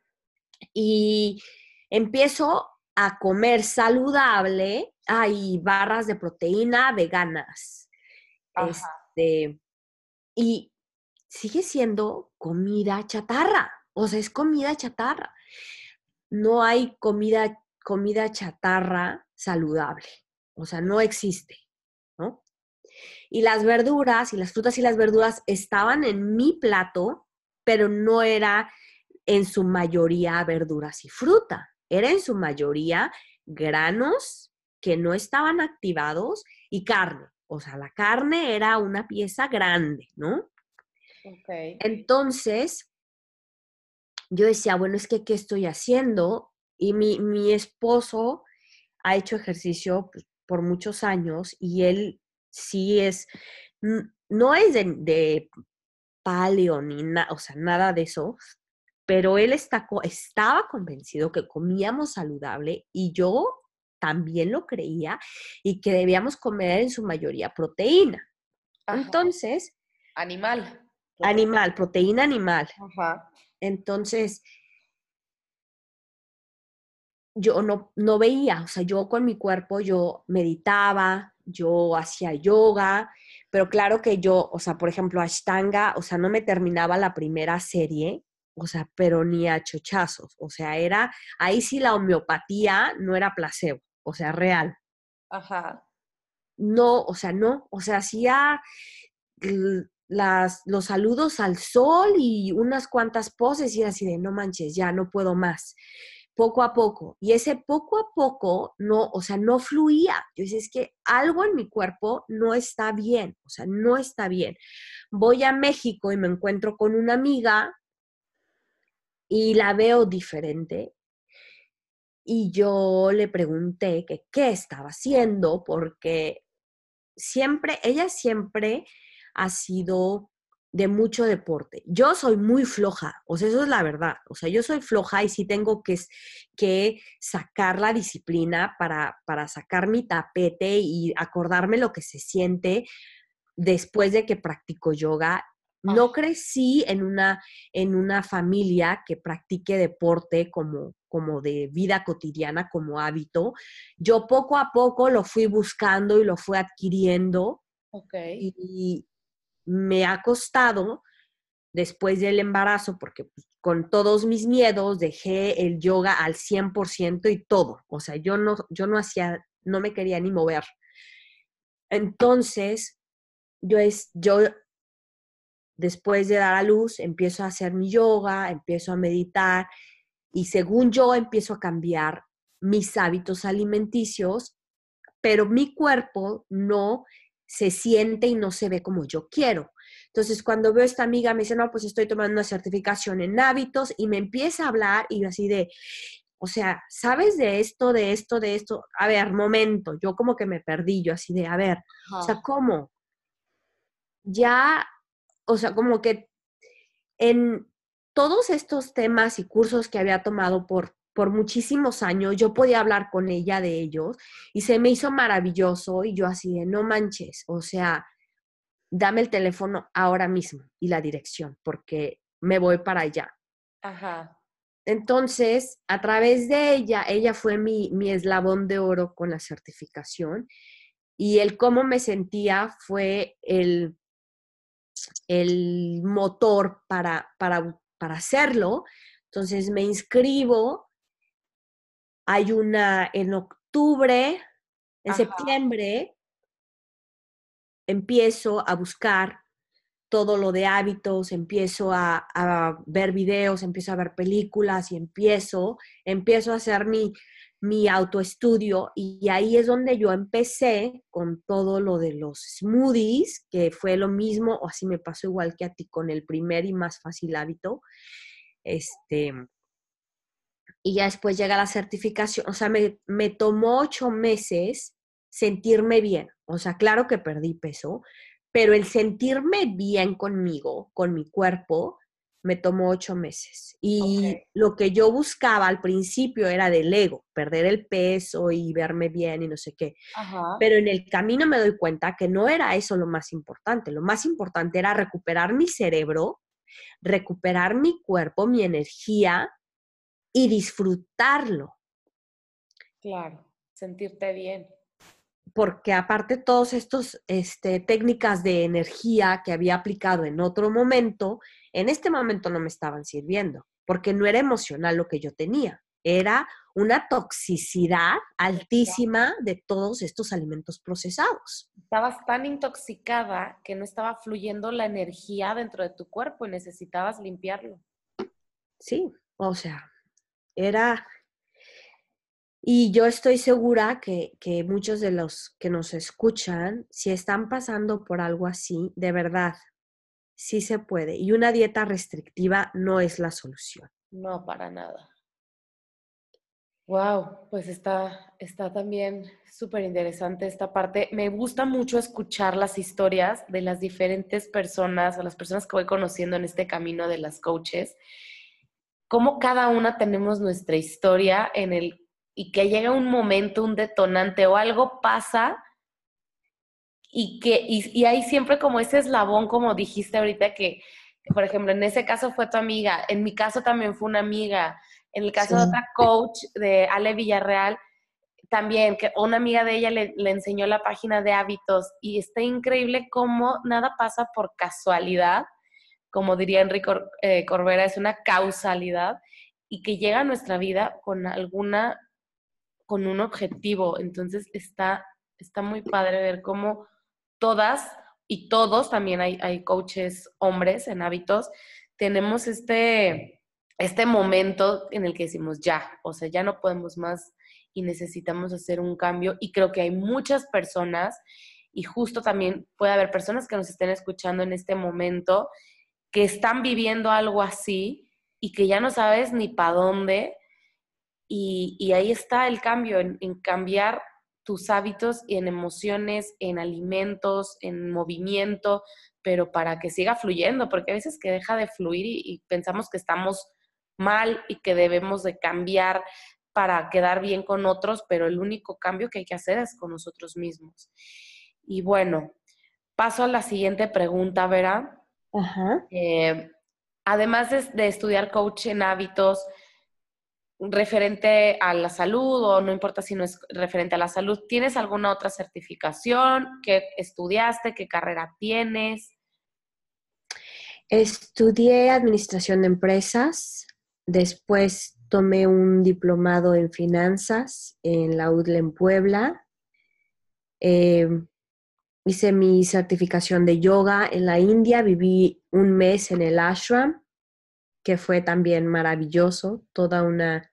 [SPEAKER 3] Y empiezo a comer saludable. Hay barras de proteína veganas.
[SPEAKER 1] Ajá.
[SPEAKER 3] Este, y sigue siendo comida chatarra. O sea, es comida chatarra. No hay comida, comida chatarra saludable. O sea, no existe, ¿no? Y las verduras y las frutas y las verduras estaban en mi plato, pero no era en su mayoría verduras y fruta. Era en su mayoría granos que no estaban activados y carne. O sea, la carne era una pieza grande, ¿no?
[SPEAKER 1] Ok.
[SPEAKER 3] Entonces, yo decía, bueno, es que, ¿qué estoy haciendo? Y mi, mi esposo ha hecho ejercicio pues, por muchos años y él sí es, no es de, de paleo ni nada, o sea, nada de eso, pero él está, estaba convencido que comíamos saludable y yo también lo creía y que debíamos comer en su mayoría proteína.
[SPEAKER 1] Ajá.
[SPEAKER 3] Entonces,
[SPEAKER 1] Animal. Proteína.
[SPEAKER 3] animal, proteína animal.
[SPEAKER 1] Ajá.
[SPEAKER 3] Entonces, yo no, no veía, o sea, yo con mi cuerpo, yo meditaba, yo hacía yoga, pero claro que yo, o sea, por ejemplo, Ashtanga, o sea, no me terminaba la primera serie o sea, pero ni a chochazos, o sea, era, ahí sí la homeopatía no era placebo, o sea, real.
[SPEAKER 1] Ajá.
[SPEAKER 3] No, o sea, no, o sea, hacía l- las, los saludos al sol y unas cuantas poses y era así de, no manches, ya no puedo más. Poco a poco. Y ese poco a poco, no, o sea, no fluía. Yo decía, es que algo en mi cuerpo no está bien, o sea, no está bien. Voy a México y me encuentro con una amiga y la veo diferente. Y yo le pregunté que qué estaba haciendo, porque siempre, ella siempre ha sido de mucho deporte. Yo soy muy floja, o sea, eso es la verdad. O sea, yo soy floja y sí tengo que, que sacar la disciplina para, para sacar mi tapete y acordarme lo que se siente después de que practico yoga.
[SPEAKER 1] Ah,
[SPEAKER 3] No crecí en una, en una familia que practique deporte como, como de vida cotidiana, como hábito. Yo poco a poco lo fui buscando y lo fui adquiriendo
[SPEAKER 1] ok.
[SPEAKER 3] y me ha costado después del embarazo, porque pues, con todos mis miedos dejé el yoga al cien por ciento y todo. O sea, yo no, yo no hacía, no me quería ni mover. Entonces, yo, es, yo después de dar a luz, empiezo a hacer mi yoga, empiezo a meditar y según yo empiezo a cambiar mis hábitos alimenticios, pero mi cuerpo no se siente y no se ve como yo quiero. Entonces, cuando veo a esta amiga, me dice, no, pues estoy tomando una certificación en hábitos y me empieza a hablar y yo así de, o sea, ¿sabes de esto, de esto, de esto? A ver, momento, yo como que me perdí, yo así de, a ver, o sea,
[SPEAKER 1] Ajá.
[SPEAKER 3] ¿cómo? Ya, o sea, como que en todos estos temas y cursos que había tomado por, por muchísimos años, yo podía hablar con ella de ellos y se me hizo maravilloso y yo así de, no manches, o sea, dame el teléfono ahora mismo y la dirección porque me voy para allá.
[SPEAKER 1] Ajá.
[SPEAKER 3] Entonces, a través de ella, ella fue mi, mi eslabón de oro con la certificación y el cómo me sentía fue el el motor para, para, para hacerlo. Entonces me inscribo, hay una en octubre, en
[SPEAKER 1] Ajá.
[SPEAKER 3] septiembre, empiezo a buscar todo lo de hábitos, empiezo a, a, ver videos, empiezo a ver películas y empiezo, empiezo a hacer mi, mi autoestudio y ahí es donde yo empecé con todo lo de los smoothies, que fue lo mismo, o así me pasó igual que a ti con el primer y más fácil hábito. Este, y ya después llega la certificación, o sea, me, me tomó ocho meses sentirme bien, o sea, claro que perdí peso, pero el sentirme bien conmigo, con mi cuerpo, me tomó ocho meses.
[SPEAKER 1] Ok.
[SPEAKER 3] Y lo que yo buscaba al principio era del ego, perder el peso y verme bien y no sé qué.
[SPEAKER 1] Ajá.
[SPEAKER 3] Pero en el camino me doy cuenta que no era eso lo más importante. Lo más importante era recuperar mi cerebro, recuperar mi cuerpo, mi energía y disfrutarlo,
[SPEAKER 1] Claro. Sentirte bien.
[SPEAKER 3] porque aparte todos estos este, técnicas de energía que había aplicado en otro momento, en este momento no me estaban sirviendo, porque no era emocional lo que yo tenía, era una toxicidad altísima de todos estos alimentos procesados.
[SPEAKER 1] Estabas tan intoxicada que no estaba fluyendo la energía dentro de tu cuerpo y necesitabas limpiarlo.
[SPEAKER 3] Sí, o sea, era. Y yo estoy segura que, que muchos de los que nos escuchan, si están pasando por algo así, de verdad, sí se puede. Y una dieta restrictiva no es la solución.
[SPEAKER 1] No, para nada. Wow, pues está, está también súper interesante esta parte. Me gusta mucho escuchar las historias de las diferentes personas o las personas que voy conociendo en este camino de las coaches, cómo cada una tenemos nuestra historia en el y que llega un momento, un detonante o algo pasa y que y, y hay siempre como ese eslabón, como dijiste ahorita, que, que, por ejemplo, en ese caso fue tu amiga, en mi caso también fue una amiga, en el caso de
[SPEAKER 3] Sí.
[SPEAKER 1] otra coach, de Ale Villarreal, también, que una amiga de ella le, le enseñó la página de hábitos y está increíble cómo nada pasa por casualidad, como diría Enrique Cor- eh, Corbera, es una causalidad y que llega a nuestra vida con alguna, con un objetivo. Entonces está, está muy padre ver cómo todas y todos, también hay, hay coaches hombres en hábitos, tenemos este, este momento en el que decimos ya, o sea, ya no podemos más y necesitamos hacer un cambio. Y creo que hay muchas personas, y justo también puede haber personas que nos estén escuchando en este momento, que están viviendo algo así y que ya no sabes ni para dónde. Y, y ahí está el cambio, en, en cambiar tus hábitos y en emociones, en alimentos, en movimiento, pero para que siga fluyendo, porque a veces que deja de fluir y, y pensamos que estamos mal y que debemos de cambiar para quedar bien con otros, pero el único cambio que hay que hacer es con nosotros mismos. Y bueno, paso a la siguiente pregunta, Vera.
[SPEAKER 3] Ajá.
[SPEAKER 1] Eh, Además de, de estudiar coach en hábitos, referente a la salud, o no importa si no es referente a la salud, ¿tienes alguna otra certificación? ¿Qué estudiaste? ¿Qué carrera tienes?
[SPEAKER 3] Estudié administración de empresas, después tomé un diplomado en finanzas en la U D L en Puebla. Eh, Hice mi certificación de yoga en la India, viví un mes en el ashram, que fue también maravilloso, toda una,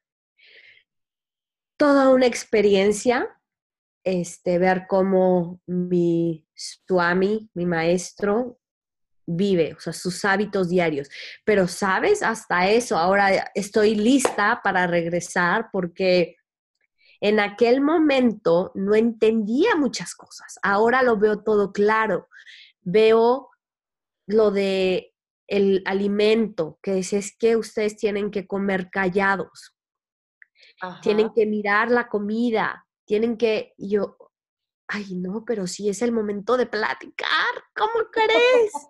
[SPEAKER 3] toda una experiencia, este, ver cómo mi Swami, mi maestro, vive, o sea, sus hábitos diarios. Pero, ¿sabes? Hasta eso, ahora estoy lista para regresar porque en aquel momento no entendía muchas cosas. Ahora lo veo todo claro. Veo lo de el alimento, que es, es que ustedes tienen que comer callados, tienen
[SPEAKER 1] Ajá.
[SPEAKER 3] que mirar la comida, tienen que, y yo, ay no, pero sí es el momento de platicar, ¿cómo crees?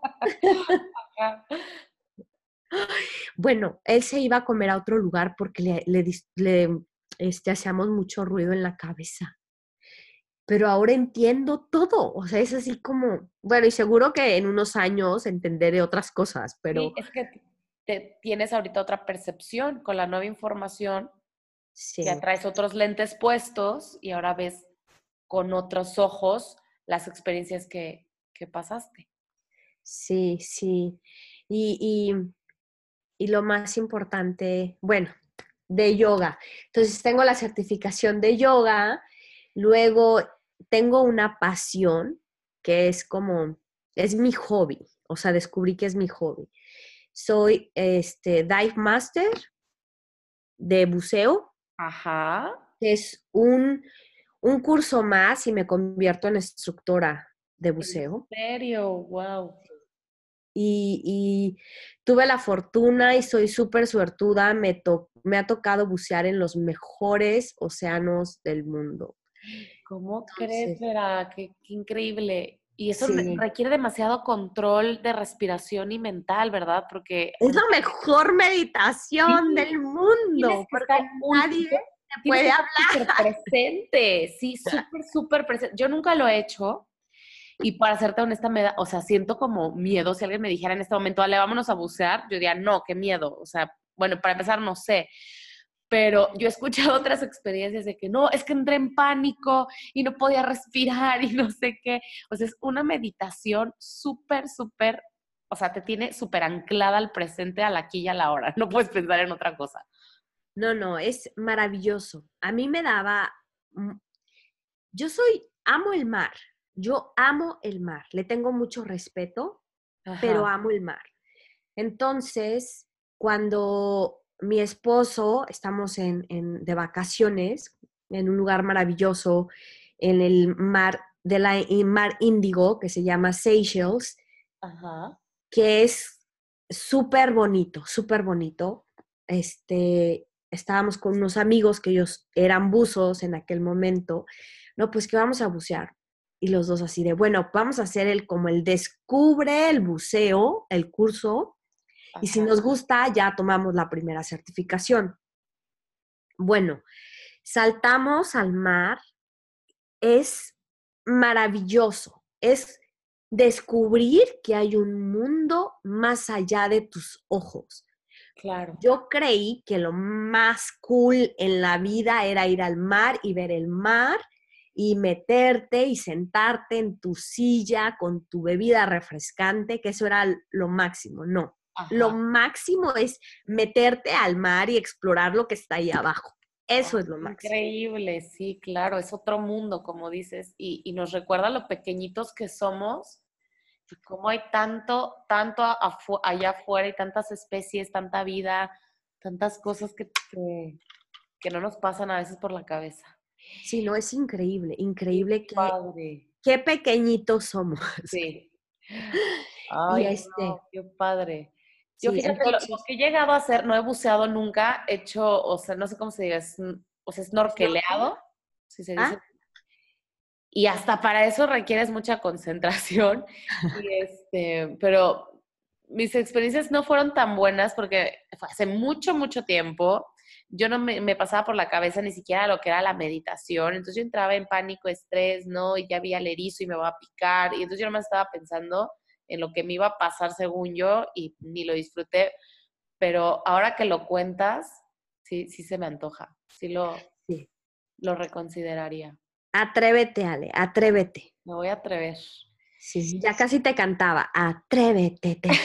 [SPEAKER 3] Bueno, él se iba a comer a otro lugar porque le, le, le este, hacíamos mucho ruido en la cabeza. Pero ahora entiendo todo, o sea, es así como, bueno, y seguro que en unos años entenderé otras cosas,
[SPEAKER 1] Sí,
[SPEAKER 3] pero
[SPEAKER 1] es que te, tienes ahorita otra percepción con la nueva información, ya
[SPEAKER 3] sí,
[SPEAKER 1] traes otros lentes puestos y ahora ves con otros ojos las experiencias que, que pasaste.
[SPEAKER 3] sí, sí. Y, y, y lo más importante, bueno, de yoga. Entonces tengo la certificación de yoga, luego tengo una pasión que es como, es mi hobby, o sea, descubrí que es mi hobby. Soy este, dive master de buceo,
[SPEAKER 1] Ajá.
[SPEAKER 3] que es un, un curso más y me convierto en instructora de
[SPEAKER 1] ¿En
[SPEAKER 3] buceo.
[SPEAKER 1] serio? Wow.
[SPEAKER 3] Y, y tuve la fortuna y soy súper suertuda, me, to- me ha tocado bucear en los mejores océanos del mundo.
[SPEAKER 1] ¿Cómo crees,
[SPEAKER 3] Entonces,
[SPEAKER 1] Vera? Qué, qué increíble. Y eso ne-
[SPEAKER 3] sí,
[SPEAKER 1] requiere demasiado control de respiración y mental, ¿verdad? Porque
[SPEAKER 3] es la
[SPEAKER 1] honest-
[SPEAKER 3] mejor meditación
[SPEAKER 1] sí,
[SPEAKER 3] del
[SPEAKER 1] tienes
[SPEAKER 3] mundo,
[SPEAKER 1] que estar
[SPEAKER 3] porque nadie
[SPEAKER 1] ultra,
[SPEAKER 3] te
[SPEAKER 1] tienes que
[SPEAKER 3] puede
[SPEAKER 1] estar
[SPEAKER 3] hablar.
[SPEAKER 1] súper presente, sí, súper, súper presente. Yo nunca lo he hecho y para serte honesta, me da, o sea, siento como miedo. Si alguien me dijera en este momento, Ale, vámonos a bucear, yo diría, no, qué miedo. O sea, bueno, para empezar, no sé. Pero yo he escuchado otras experiencias de que no, es que entré en pánico y no podía respirar y no sé qué. O sea, es una meditación súper, súper, o sea, te tiene súper anclada al presente, al aquí y a la hora. No puedes pensar en otra cosa.
[SPEAKER 3] No, no, es maravilloso. A mí me daba, mm, yo soy, amo el mar, yo amo el mar, le tengo mucho respeto, pero
[SPEAKER 1] Ajá,
[SPEAKER 3] amo el mar. Entonces, cuando mi esposo, estamos en, en- de vacaciones en un lugar maravilloso, en el mar de la en mar Índigo, que se llama Seychelles,
[SPEAKER 1] ajá.
[SPEAKER 3] que es súper bonito, súper bonito. Este, estábamos con unos amigos que ellos eran buzos en aquel momento. No, pues que vamos a bucear. Y los dos así de, bueno, vamos a hacer el como el descubre el buceo, el curso, y si
[SPEAKER 1] Ajá.
[SPEAKER 3] nos gusta, ya tomamos la primera certificación. Bueno, saltamos al mar, es maravilloso, es descubrir que hay un mundo más allá de tus ojos.
[SPEAKER 1] Claro.
[SPEAKER 3] Yo creí que lo más cool en la vida era ir al mar y ver el mar y meterte y sentarte en tu silla con tu bebida refrescante, que eso era lo máximo. No, lo
[SPEAKER 1] Ajá.
[SPEAKER 3] máximo es meterte al mar y explorar lo que está ahí abajo. Eso
[SPEAKER 1] Oh,
[SPEAKER 3] es lo máximo.
[SPEAKER 1] increíble, sí, claro, es otro mundo, como dices, y, y nos recuerda lo pequeñitos que somos y cómo hay tanto, tanto afu- allá afuera y tantas especies, tanta vida, tantas cosas que, que, que no nos pasan a veces por la cabeza.
[SPEAKER 3] Sí, no, es increíble,
[SPEAKER 1] Qué
[SPEAKER 3] increíble que
[SPEAKER 1] padre,
[SPEAKER 3] qué pequeñitos somos.
[SPEAKER 1] sí.
[SPEAKER 3] Y
[SPEAKER 1] Ay,
[SPEAKER 3] este,
[SPEAKER 1] no, qué padre. Yo
[SPEAKER 3] sí,
[SPEAKER 1] fíjate, lo, lo
[SPEAKER 3] entonces,
[SPEAKER 1] que he llegado a hacer, no he buceado nunca, he hecho, o sea, no sé cómo se diga, es, o sea,
[SPEAKER 3] snorkel.
[SPEAKER 1] snorkeleado, si se dice.
[SPEAKER 3] Ah,
[SPEAKER 1] Y hasta para eso requieres mucha concentración. Y este, pero mis experiencias no fueron tan buenas porque fue hace mucho, mucho tiempo. Yo no me, me pasaba por la cabeza ni siquiera lo que era la meditación. Entonces yo entraba en pánico, estrés, ¿no? Y ya vi al erizo y me va a picar. Y entonces yo nomás estaba pensando en lo que me iba a pasar según yo y ni lo disfruté. Pero ahora que lo cuentas, sí, sí se me antoja. Sí lo,
[SPEAKER 3] sí.
[SPEAKER 1] lo reconsideraría.
[SPEAKER 3] Atrévete, Ale, atrévete.
[SPEAKER 1] Me voy a atrever.
[SPEAKER 3] Sí, sí, ya casi te cantaba. Atrévete, te.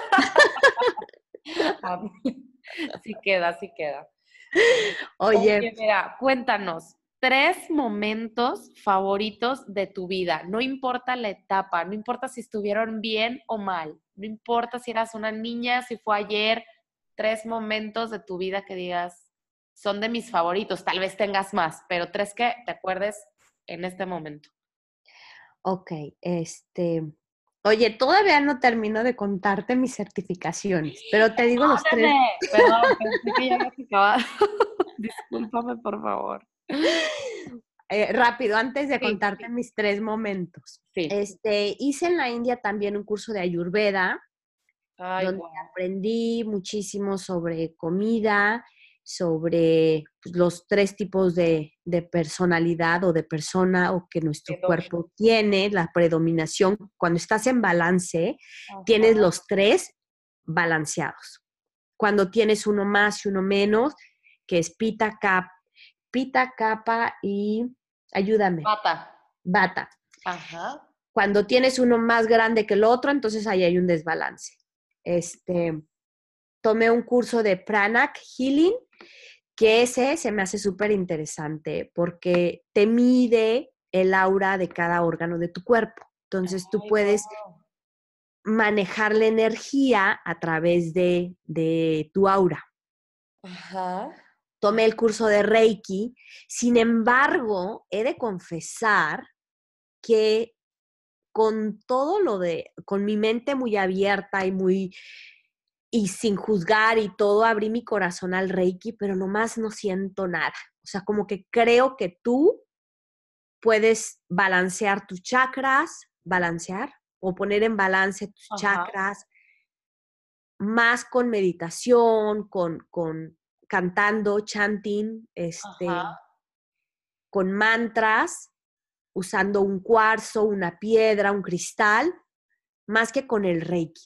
[SPEAKER 1] Sí queda, sí queda.
[SPEAKER 3] Oye,
[SPEAKER 1] Oye, mira, cuéntanos, tres momentos favoritos de tu vida. No importa la etapa, no importa si estuvieron bien o mal, no importa si eras una niña, si fue ayer, tres momentos de tu vida que digas, son de mis favoritos. Tal vez tengas más, pero tres que te acuerdes en este momento.
[SPEAKER 3] ok, este. Oye, todavía no termino de contarte mis certificaciones, pero te digo los tres.
[SPEAKER 1] Perdóname, perdón, pensé que ya habías acabado. Discúlpame, por favor.
[SPEAKER 3] Eh, rápido, antes de
[SPEAKER 1] Sí,
[SPEAKER 3] contarte
[SPEAKER 1] sí.
[SPEAKER 3] mis tres momentos.
[SPEAKER 1] Sí.
[SPEAKER 3] Este, hice en la India también un curso de Ayurveda,
[SPEAKER 1] Ay,
[SPEAKER 3] donde
[SPEAKER 1] guau.
[SPEAKER 3] aprendí muchísimo sobre comida, sobre pues, los tres tipos de, de personalidad o de persona o que nuestro
[SPEAKER 1] Qué dosha.
[SPEAKER 3] cuerpo tiene, la predominación. Cuando estás en balance, tienes
[SPEAKER 1] Ajá.
[SPEAKER 3] los tres balanceados. Cuando tienes uno más y uno menos, que es pita, cap, pita, capa y, ayúdame,
[SPEAKER 1] Bata.
[SPEAKER 3] bata.
[SPEAKER 1] Ajá.
[SPEAKER 3] Cuando tienes uno más grande que el otro, entonces ahí hay un desbalance. Este, tomé un curso de Pranic Healing, que ese se me hace súper interesante porque te mide el aura de cada órgano de tu cuerpo. Entonces tú
[SPEAKER 1] Ay,
[SPEAKER 3] puedes
[SPEAKER 1] guau.
[SPEAKER 3] manejar la energía a través de, de tu aura.
[SPEAKER 1] Ajá.
[SPEAKER 3] Tomé el curso de Reiki, sin embargo, he de confesar que con todo lo de, con mi mente muy abierta y muy, y sin juzgar y todo, abrí mi corazón al Reiki, pero nomás no siento nada. O sea, como que creo que tú puedes balancear tus chakras, balancear o poner en balance tus
[SPEAKER 1] Ajá.
[SPEAKER 3] chakras, más con meditación, con, con cantando, chanting,
[SPEAKER 1] Ajá.
[SPEAKER 3] este, con mantras, usando un cuarzo, una piedra, un cristal, más que con el Reiki.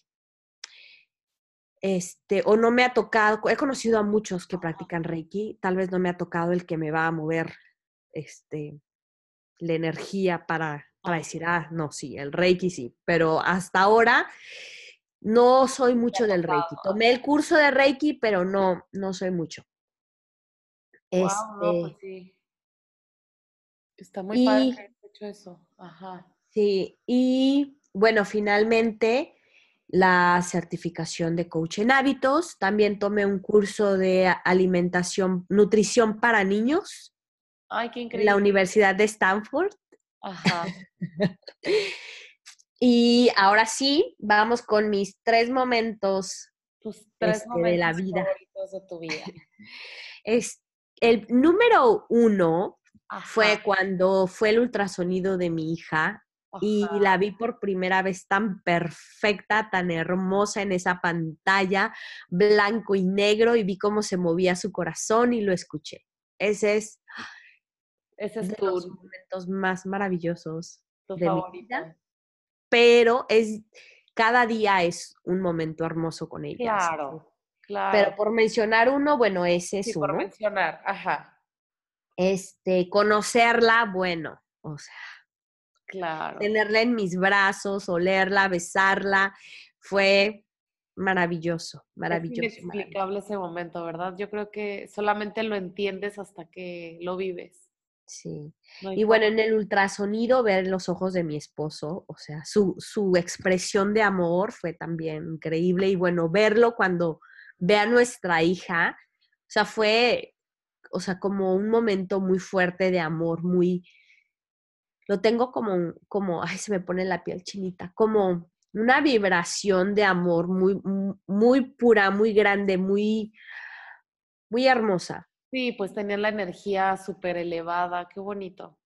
[SPEAKER 3] Este, o no me ha tocado, he conocido a muchos que practican Reiki, tal vez no me ha tocado el que me va a mover este, la energía para, para
[SPEAKER 1] Ajá.
[SPEAKER 3] decir, ah, no, sí, el Reiki sí, pero hasta ahora no soy
[SPEAKER 1] Te ha
[SPEAKER 3] mucho del Reiki.
[SPEAKER 1] tocado.
[SPEAKER 3] Tomé el curso de Reiki, pero no, no soy mucho.
[SPEAKER 1] Wow, no, pues
[SPEAKER 3] Este,
[SPEAKER 1] sí. Está muy padre que
[SPEAKER 3] y
[SPEAKER 1] hayas hecho eso. Ajá.
[SPEAKER 3] sí, y bueno, finalmente la certificación de coach en hábitos. También tomé un curso de alimentación, nutrición para niños
[SPEAKER 1] Ay, qué
[SPEAKER 3] en la
[SPEAKER 1] increíble.
[SPEAKER 3] Universidad de Stanford.
[SPEAKER 1] Ajá.
[SPEAKER 3] Y ahora sí, vamos con mis tres momentos
[SPEAKER 1] Tus tres
[SPEAKER 3] este, de la
[SPEAKER 1] momentos
[SPEAKER 3] vida.
[SPEAKER 1] favoritos de tu vida.
[SPEAKER 3] Es, el número uno
[SPEAKER 1] Ajá.
[SPEAKER 3] fue cuando fue el ultrasonido de mi hija y
[SPEAKER 1] Ajá.
[SPEAKER 3] la vi por primera vez tan perfecta, tan hermosa en esa pantalla, blanco y negro, y vi cómo se movía su corazón y lo escuché. Ese es
[SPEAKER 1] Ese es
[SPEAKER 3] de los
[SPEAKER 1] tu,
[SPEAKER 3] momentos más maravillosos
[SPEAKER 1] tu
[SPEAKER 3] de mi vida.
[SPEAKER 1] favorito.
[SPEAKER 3] pero es, cada día es un momento hermoso con ella. Así que-
[SPEAKER 1] Claro,
[SPEAKER 3] pero
[SPEAKER 1] claro.
[SPEAKER 3] por mencionar uno, bueno, ese
[SPEAKER 1] Sí,
[SPEAKER 3] es
[SPEAKER 1] por
[SPEAKER 3] uno.
[SPEAKER 1] mencionar. Ajá,
[SPEAKER 3] Este, conocerla, bueno, o sea,
[SPEAKER 1] claro.
[SPEAKER 3] tenerla en mis brazos, olerla, besarla, fue maravilloso,
[SPEAKER 1] Es
[SPEAKER 3] maravilloso, maravilloso.
[SPEAKER 1] inexplicable ese momento, ¿verdad? Yo creo que solamente lo entiendes hasta que lo vives.
[SPEAKER 3] Sí.
[SPEAKER 1] No hay
[SPEAKER 3] Y bueno,
[SPEAKER 1] forma.
[SPEAKER 3] en el ultrasonido ver los ojos de mi esposo, o sea, su, su expresión de amor fue también increíble. Y bueno, verlo cuando ve a nuestra hija, o sea, fue, o sea, como un momento muy fuerte de amor, muy, lo tengo como, un- como, ay, se me pone la piel chinita, como una vibración de amor muy, muy pura, muy grande, muy, muy hermosa.
[SPEAKER 1] Sí, pues tener la energía súper elevada, qué bonito.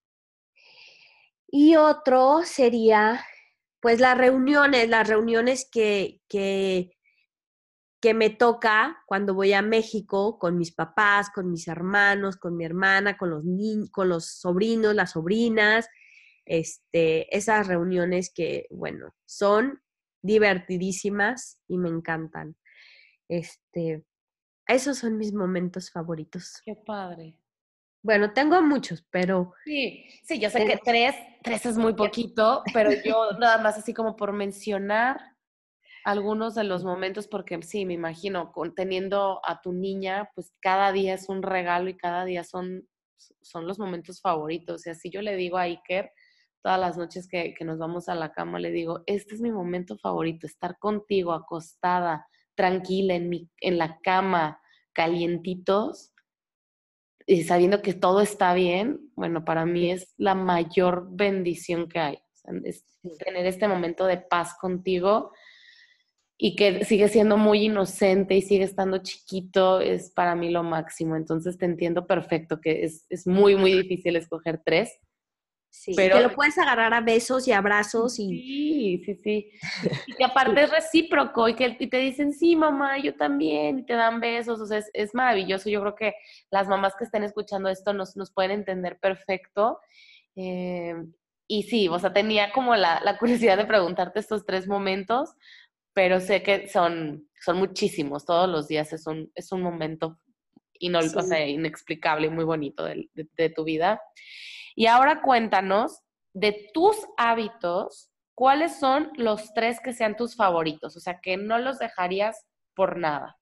[SPEAKER 3] Y otro sería, pues, las reuniones, las reuniones que, que, que me toca cuando voy a México con mis papás, con mis hermanos, con mi hermana, con los niños, con los sobrinos, las sobrinas, este, esas reuniones que, bueno, son divertidísimas y me encantan. Este, esos son mis momentos favoritos.
[SPEAKER 1] Qué padre.
[SPEAKER 3] Bueno, tengo muchos, pero
[SPEAKER 1] Sí, sí, yo sé
[SPEAKER 3] de
[SPEAKER 1] que
[SPEAKER 3] los
[SPEAKER 1] tres, tres es muy
[SPEAKER 3] que-
[SPEAKER 1] poquito, pero yo nada más así como por mencionar algunos de los momentos, porque sí, me imagino, con, teniendo a tu niña, pues cada día es un regalo y cada día son, son los momentos favoritos. Y así yo le digo a Iker, todas las noches que, que nos vamos a la cama, le digo, este es mi momento favorito, estar contigo, acostada, tranquila, en, mi, en la cama, calientitos, y sabiendo que todo está bien. Bueno, para mí es la mayor bendición que hay. O sea, es
[SPEAKER 3] sí.
[SPEAKER 1] tener este momento de paz contigo y que sigue siendo muy inocente y sigue estando chiquito, es para mí lo máximo. Entonces te entiendo perfecto que es, es muy, muy difícil escoger tres,
[SPEAKER 3] Sí, y que
[SPEAKER 1] pero
[SPEAKER 3] lo puedes agarrar a besos y abrazos y,
[SPEAKER 1] sí, sí, sí. Y, y que
[SPEAKER 3] y
[SPEAKER 1] aparte es recíproco y que y te dicen, sí, mamá, yo también, y te dan besos, o sea, es, es maravilloso. Yo creo que las mamás que estén escuchando esto nos, nos pueden entender perfecto. Eh, y sí, o sea, tenía como la, la curiosidad de preguntarte estos tres momentos, pero sé que son, son muchísimos, todos los días es un, es un momento inol- o
[SPEAKER 3] sí.
[SPEAKER 1] sea, inexplicable y muy bonito de, de, de tu vida. Y ahora cuéntanos de tus hábitos, ¿cuáles son los tres que sean tus favoritos? O sea, que no los dejarías por nada.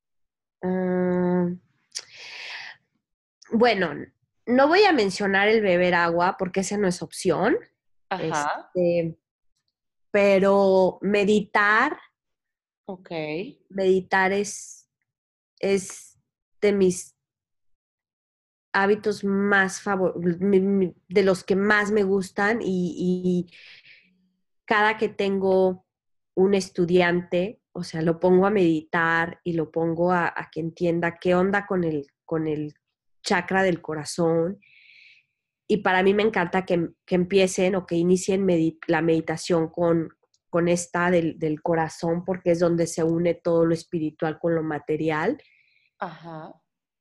[SPEAKER 3] Ah, bueno, no voy a mencionar el beber agua porque esa no es opción,
[SPEAKER 1] Ajá,
[SPEAKER 3] este, pero meditar,
[SPEAKER 1] ok,
[SPEAKER 3] meditar es, es de mis hábitos más favoritos, de los que más me gustan y, y cada que tengo un estudiante, o sea, lo pongo a meditar y lo pongo a, a que entienda qué onda con el, con el chakra del corazón. Y para mí me encanta que, que empiecen o que inicien medi la meditación con, con esta del, del corazón, porque es donde se une todo lo espiritual con lo material.
[SPEAKER 1] ajá,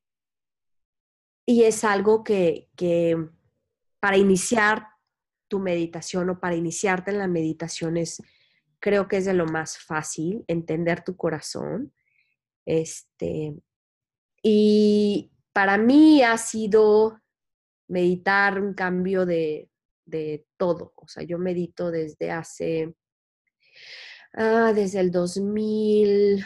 [SPEAKER 3] Y es algo que, que para iniciar tu meditación o para iniciarte en la meditación es, creo que es de lo más fácil, entender tu corazón. Este, y para mí ha sido meditar un cambio de, de todo. O sea, yo medito desde hace, ah, desde el dos mil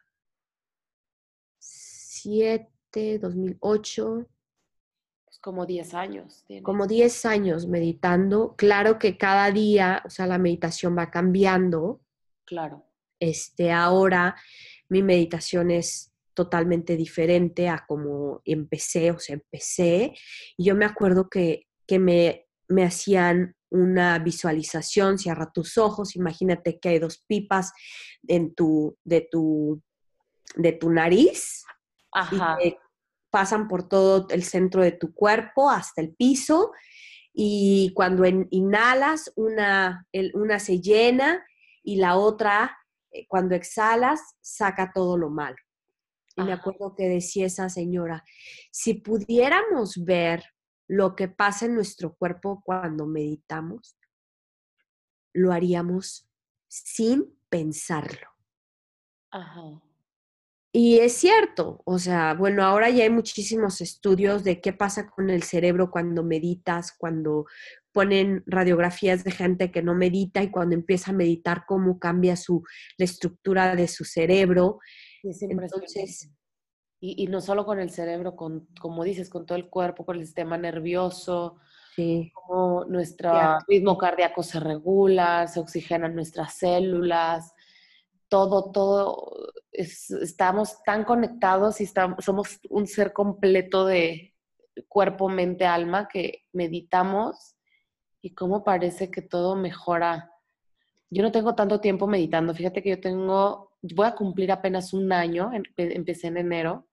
[SPEAKER 3] siete, dos mil ocho,
[SPEAKER 1] pues como diez años tienes.
[SPEAKER 3] como diez años meditando. Claro que cada día, o sea, la meditación va cambiando.
[SPEAKER 1] Claro,
[SPEAKER 3] Este, ahora mi meditación es totalmente diferente a como empecé, o sea, empecé y yo me acuerdo que, que me, me hacían una visualización, cierra tus ojos, imagínate que hay dos pipas en tu, de, tu, de tu nariz y
[SPEAKER 1] ajá,
[SPEAKER 3] que pasan por todo el centro de tu cuerpo hasta el piso y cuando en, inhalas, una, el, una se llena y la otra, eh, cuando exhalas, saca todo lo malo. Y me
[SPEAKER 1] ajá,
[SPEAKER 3] acuerdo que decía esa señora, si pudiéramos ver lo que pasa en nuestro cuerpo cuando meditamos, lo haríamos sin pensarlo.
[SPEAKER 1] Ajá.
[SPEAKER 3] Y es cierto, o sea, bueno, ahora ya hay muchísimos estudios de qué pasa con el cerebro cuando meditas, cuando ponen radiografías de gente que no medita y cuando empieza a meditar, cómo cambia su, la estructura de su cerebro.
[SPEAKER 1] Sí, es impresionante.
[SPEAKER 3] Entonces,
[SPEAKER 1] Y, y no solo con el cerebro, con, como dices, con todo el cuerpo, con el sistema nervioso,
[SPEAKER 3] sí,
[SPEAKER 1] cómo nuestro
[SPEAKER 3] cierto.
[SPEAKER 1] ritmo cardíaco se regula, se oxigenan nuestras células, todo, todo, es- estamos tan conectados y estamos, somos un ser completo de cuerpo, mente, alma, que meditamos y cómo parece que todo mejora. Yo no tengo tanto tiempo meditando, fíjate que yo tengo, voy a cumplir apenas un año, empe- empecé en enero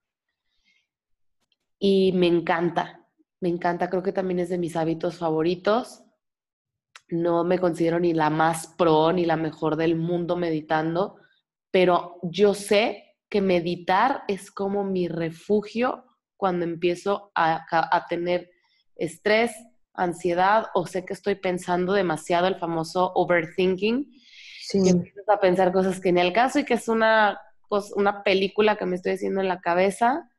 [SPEAKER 1] y me encanta, me encanta, creo que también es de mis hábitos favoritos. No me considero ni la más pro ni la mejor del mundo meditando, pero yo sé que meditar es como mi refugio cuando empiezo a, a tener estrés, ansiedad o sé que estoy pensando demasiado, el famoso overthinking, que
[SPEAKER 3] Sí.
[SPEAKER 1] empiezas a pensar cosas que ni al caso y que es una, pues, una película que me estoy haciendo en la cabeza.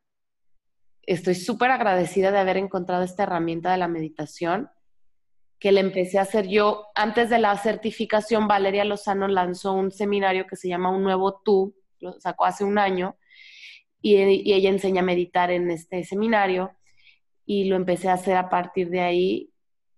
[SPEAKER 1] Estoy súper agradecida de haber encontrado esta herramienta de la meditación que le empecé a hacer yo. Antes de la certificación, Valeria Lozano lanzó un seminario que se llama Un Nuevo Tú, lo sacó hace un año, y, y ella enseña a meditar en este seminario, y lo empecé a hacer a partir de ahí,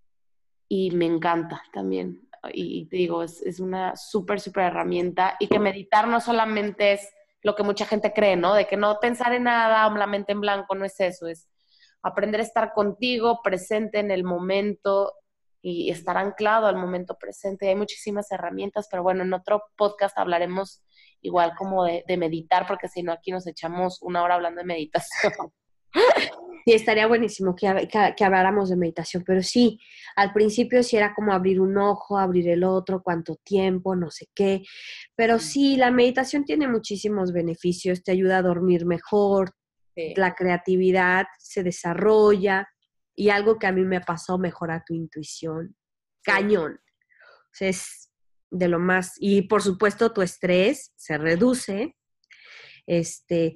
[SPEAKER 1] y me encanta también. Y, y te digo, es, es una súper, súper herramienta, y que meditar no solamente es lo que mucha gente cree, ¿no? De que no pensar en nada o la mente en blanco, no es eso, es aprender a estar contigo, presente en el momento y estar anclado al momento presente. Hay muchísimas herramientas, pero bueno, en otro podcast hablaremos igual como de, de meditar, porque si no aquí nos echamos una hora hablando de meditación.
[SPEAKER 3] Sí, estaría buenísimo que, hab- que, que habláramos de meditación, pero sí, al principio sí era como abrir un ojo, abrir el otro, cuánto tiempo, no sé qué, pero sí, la meditación tiene muchísimos beneficios, te ayuda a dormir mejor,
[SPEAKER 1] Sí.
[SPEAKER 3] la creatividad se desarrolla y algo que a mí me pasó, mejora tu intuición,
[SPEAKER 1] Sí.
[SPEAKER 3] cañón, o sea, es de lo más, y por supuesto tu estrés se reduce, este,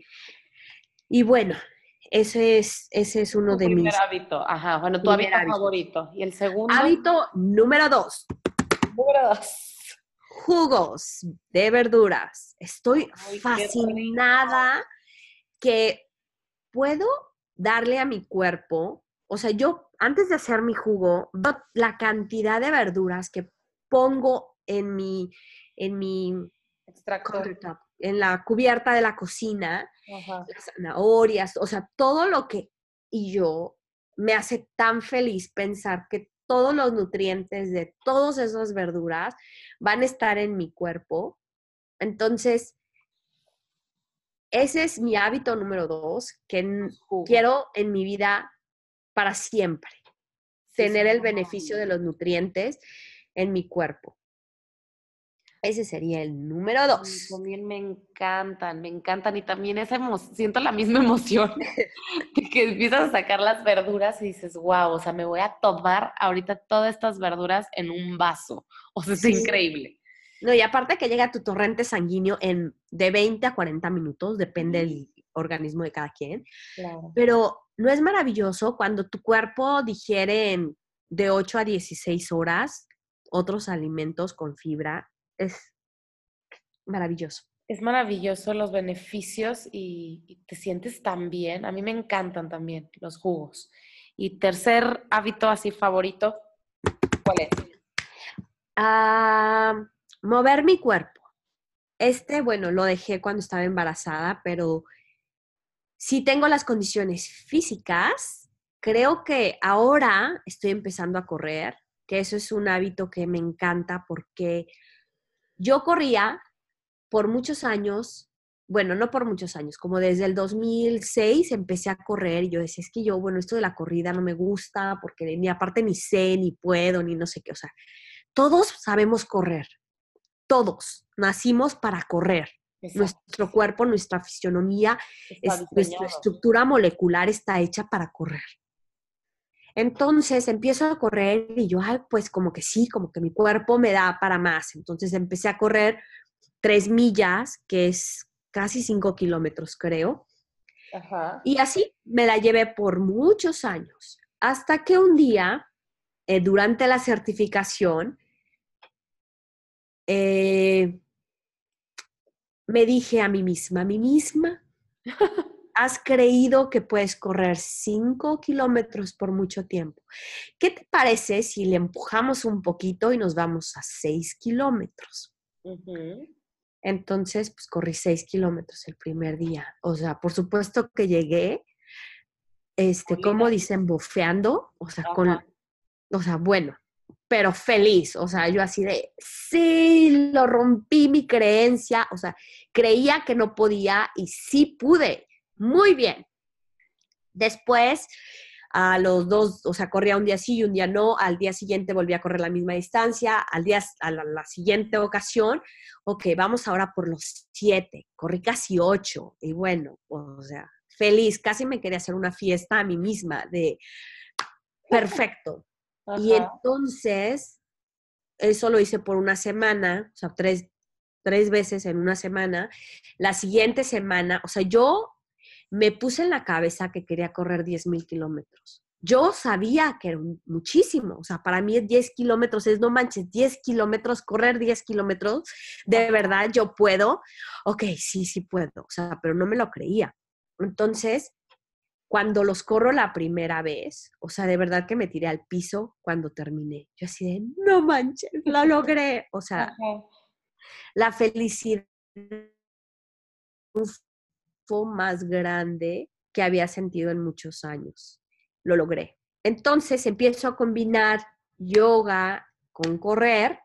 [SPEAKER 3] y bueno, ese es, ese es uno
[SPEAKER 1] Tu
[SPEAKER 3] de
[SPEAKER 1] primer
[SPEAKER 3] mis
[SPEAKER 1] hábito, ajá, bueno, tu
[SPEAKER 3] primer
[SPEAKER 1] hábito
[SPEAKER 3] hábitos.
[SPEAKER 1] favorito. ¿Y el segundo?
[SPEAKER 3] Hábito número dos,
[SPEAKER 1] Número dos.
[SPEAKER 3] jugos de verduras. Estoy
[SPEAKER 1] Ay, qué rico.
[SPEAKER 3] fascinada que puedo darle a mi cuerpo, o sea, yo antes de hacer mi jugo, veo la cantidad de verduras que pongo en mi, en mi
[SPEAKER 1] Extractor.
[SPEAKER 3] countertop, en la cubierta de la cocina,
[SPEAKER 1] Ajá.
[SPEAKER 3] las zanahorias, o sea, todo lo que, y yo me hace tan feliz pensar que todos los nutrientes de todas esas verduras van a estar en mi cuerpo. Entonces, ese es mi hábito número dos, que n-
[SPEAKER 1] Los jugos.
[SPEAKER 3] quiero en mi vida para siempre,
[SPEAKER 1] Sí,
[SPEAKER 3] tener
[SPEAKER 1] son
[SPEAKER 3] el
[SPEAKER 1] una
[SPEAKER 3] beneficio de
[SPEAKER 1] maravilla.
[SPEAKER 3] los nutrientes en mi cuerpo. Ese sería el número
[SPEAKER 1] A mí
[SPEAKER 3] dos.
[SPEAKER 1] también me encantan, me encantan y también esa emo- siento la misma emoción de que empiezas a sacar las verduras y dices, wow, o sea, me voy a tomar ahorita todas estas verduras en un vaso. O sea, está
[SPEAKER 3] Sí.
[SPEAKER 1] increíble.
[SPEAKER 3] No, y aparte que llega tu torrente sanguíneo en de veinte a cuarenta minutos, depende del organismo de cada quien,
[SPEAKER 1] Claro.
[SPEAKER 3] pero ¿no es maravilloso cuando tu cuerpo digiere en de ocho a dieciséis horas otros alimentos con fibra? Es maravilloso.
[SPEAKER 1] Es maravilloso los beneficios y, y te sientes tan bien. A mí me encantan también los jugos. Y tercer hábito así favorito, ¿cuál es?
[SPEAKER 3] Ah, mover mi cuerpo. Este, bueno, lo dejé cuando estaba embarazada, pero si tengo las condiciones físicas, creo que ahora estoy empezando a correr, que eso es un hábito que me encanta porque yo corría por muchos años, bueno, no por muchos años, como desde el dos mil seis empecé a correr y yo decía, es que yo, bueno, esto de la corrida no me gusta porque ni aparte ni sé, ni puedo, ni no sé qué, o sea, todos sabemos correr, todos nacimos para correr.
[SPEAKER 1] Exacto.
[SPEAKER 3] Nuestro cuerpo, nuestra fisionomía,
[SPEAKER 1] Está
[SPEAKER 3] es, nuestra
[SPEAKER 1] diseñado.
[SPEAKER 3] estructura molecular está hecha para correr. Entonces empiezo a correr y yo, ay, pues como que sí, como que mi cuerpo me da para más. Entonces empecé a correr tres millas, que es casi cinco kilómetros, creo.
[SPEAKER 1] Ajá.
[SPEAKER 3] Y así me la llevé por muchos años, hasta que un día, eh, durante la certificación, eh, me dije a mí misma, a mí misma, has creído que puedes correr cinco kilómetros por mucho tiempo. ¿Qué te parece si le empujamos un poquito y nos vamos a seis kilómetros?
[SPEAKER 1] Ujú.
[SPEAKER 3] Entonces, pues corrí seis kilómetros el primer día. O sea, por supuesto que llegué, este, como
[SPEAKER 1] Molida.
[SPEAKER 3] dicen, bofeando, o sea,
[SPEAKER 1] Ajá.
[SPEAKER 3] con, o sea, bueno, pero feliz. O sea, yo así de, sí, lo rompí mi creencia. O sea, creía que no podía y sí pude. Muy bien. Después, a los dos, o sea, corría un día sí y un día no, al día siguiente volví a correr la misma distancia, al día, a la, la siguiente ocasión, ok, vamos ahora por los siete, corrí casi ocho, y bueno, o sea, feliz, casi me quería hacer una fiesta a mí misma de perfecto. Y
[SPEAKER 1] Ajá.
[SPEAKER 3] entonces, eso lo hice por una semana, o sea, tres, tres veces en una semana. La siguiente semana, o sea, yo me puse en la cabeza que quería correr diez mil kilómetros. Yo sabía que era muchísimo, o sea, para mí diez kilómetros es, no manches, diez kilómetros, correr diez kilómetros, de
[SPEAKER 1] Ajá.
[SPEAKER 3] verdad yo puedo. Ok, sí, sí puedo, o sea, pero no me lo creía. Entonces, cuando los corro la primera vez, o sea, de verdad que me tiré al piso cuando terminé. Yo así de, no manches, lo logré. O sea,
[SPEAKER 1] Ajá.
[SPEAKER 3] la felicidad fue más grande que había sentido en muchos años. Lo logré. Entonces empiezo a combinar yoga con correr.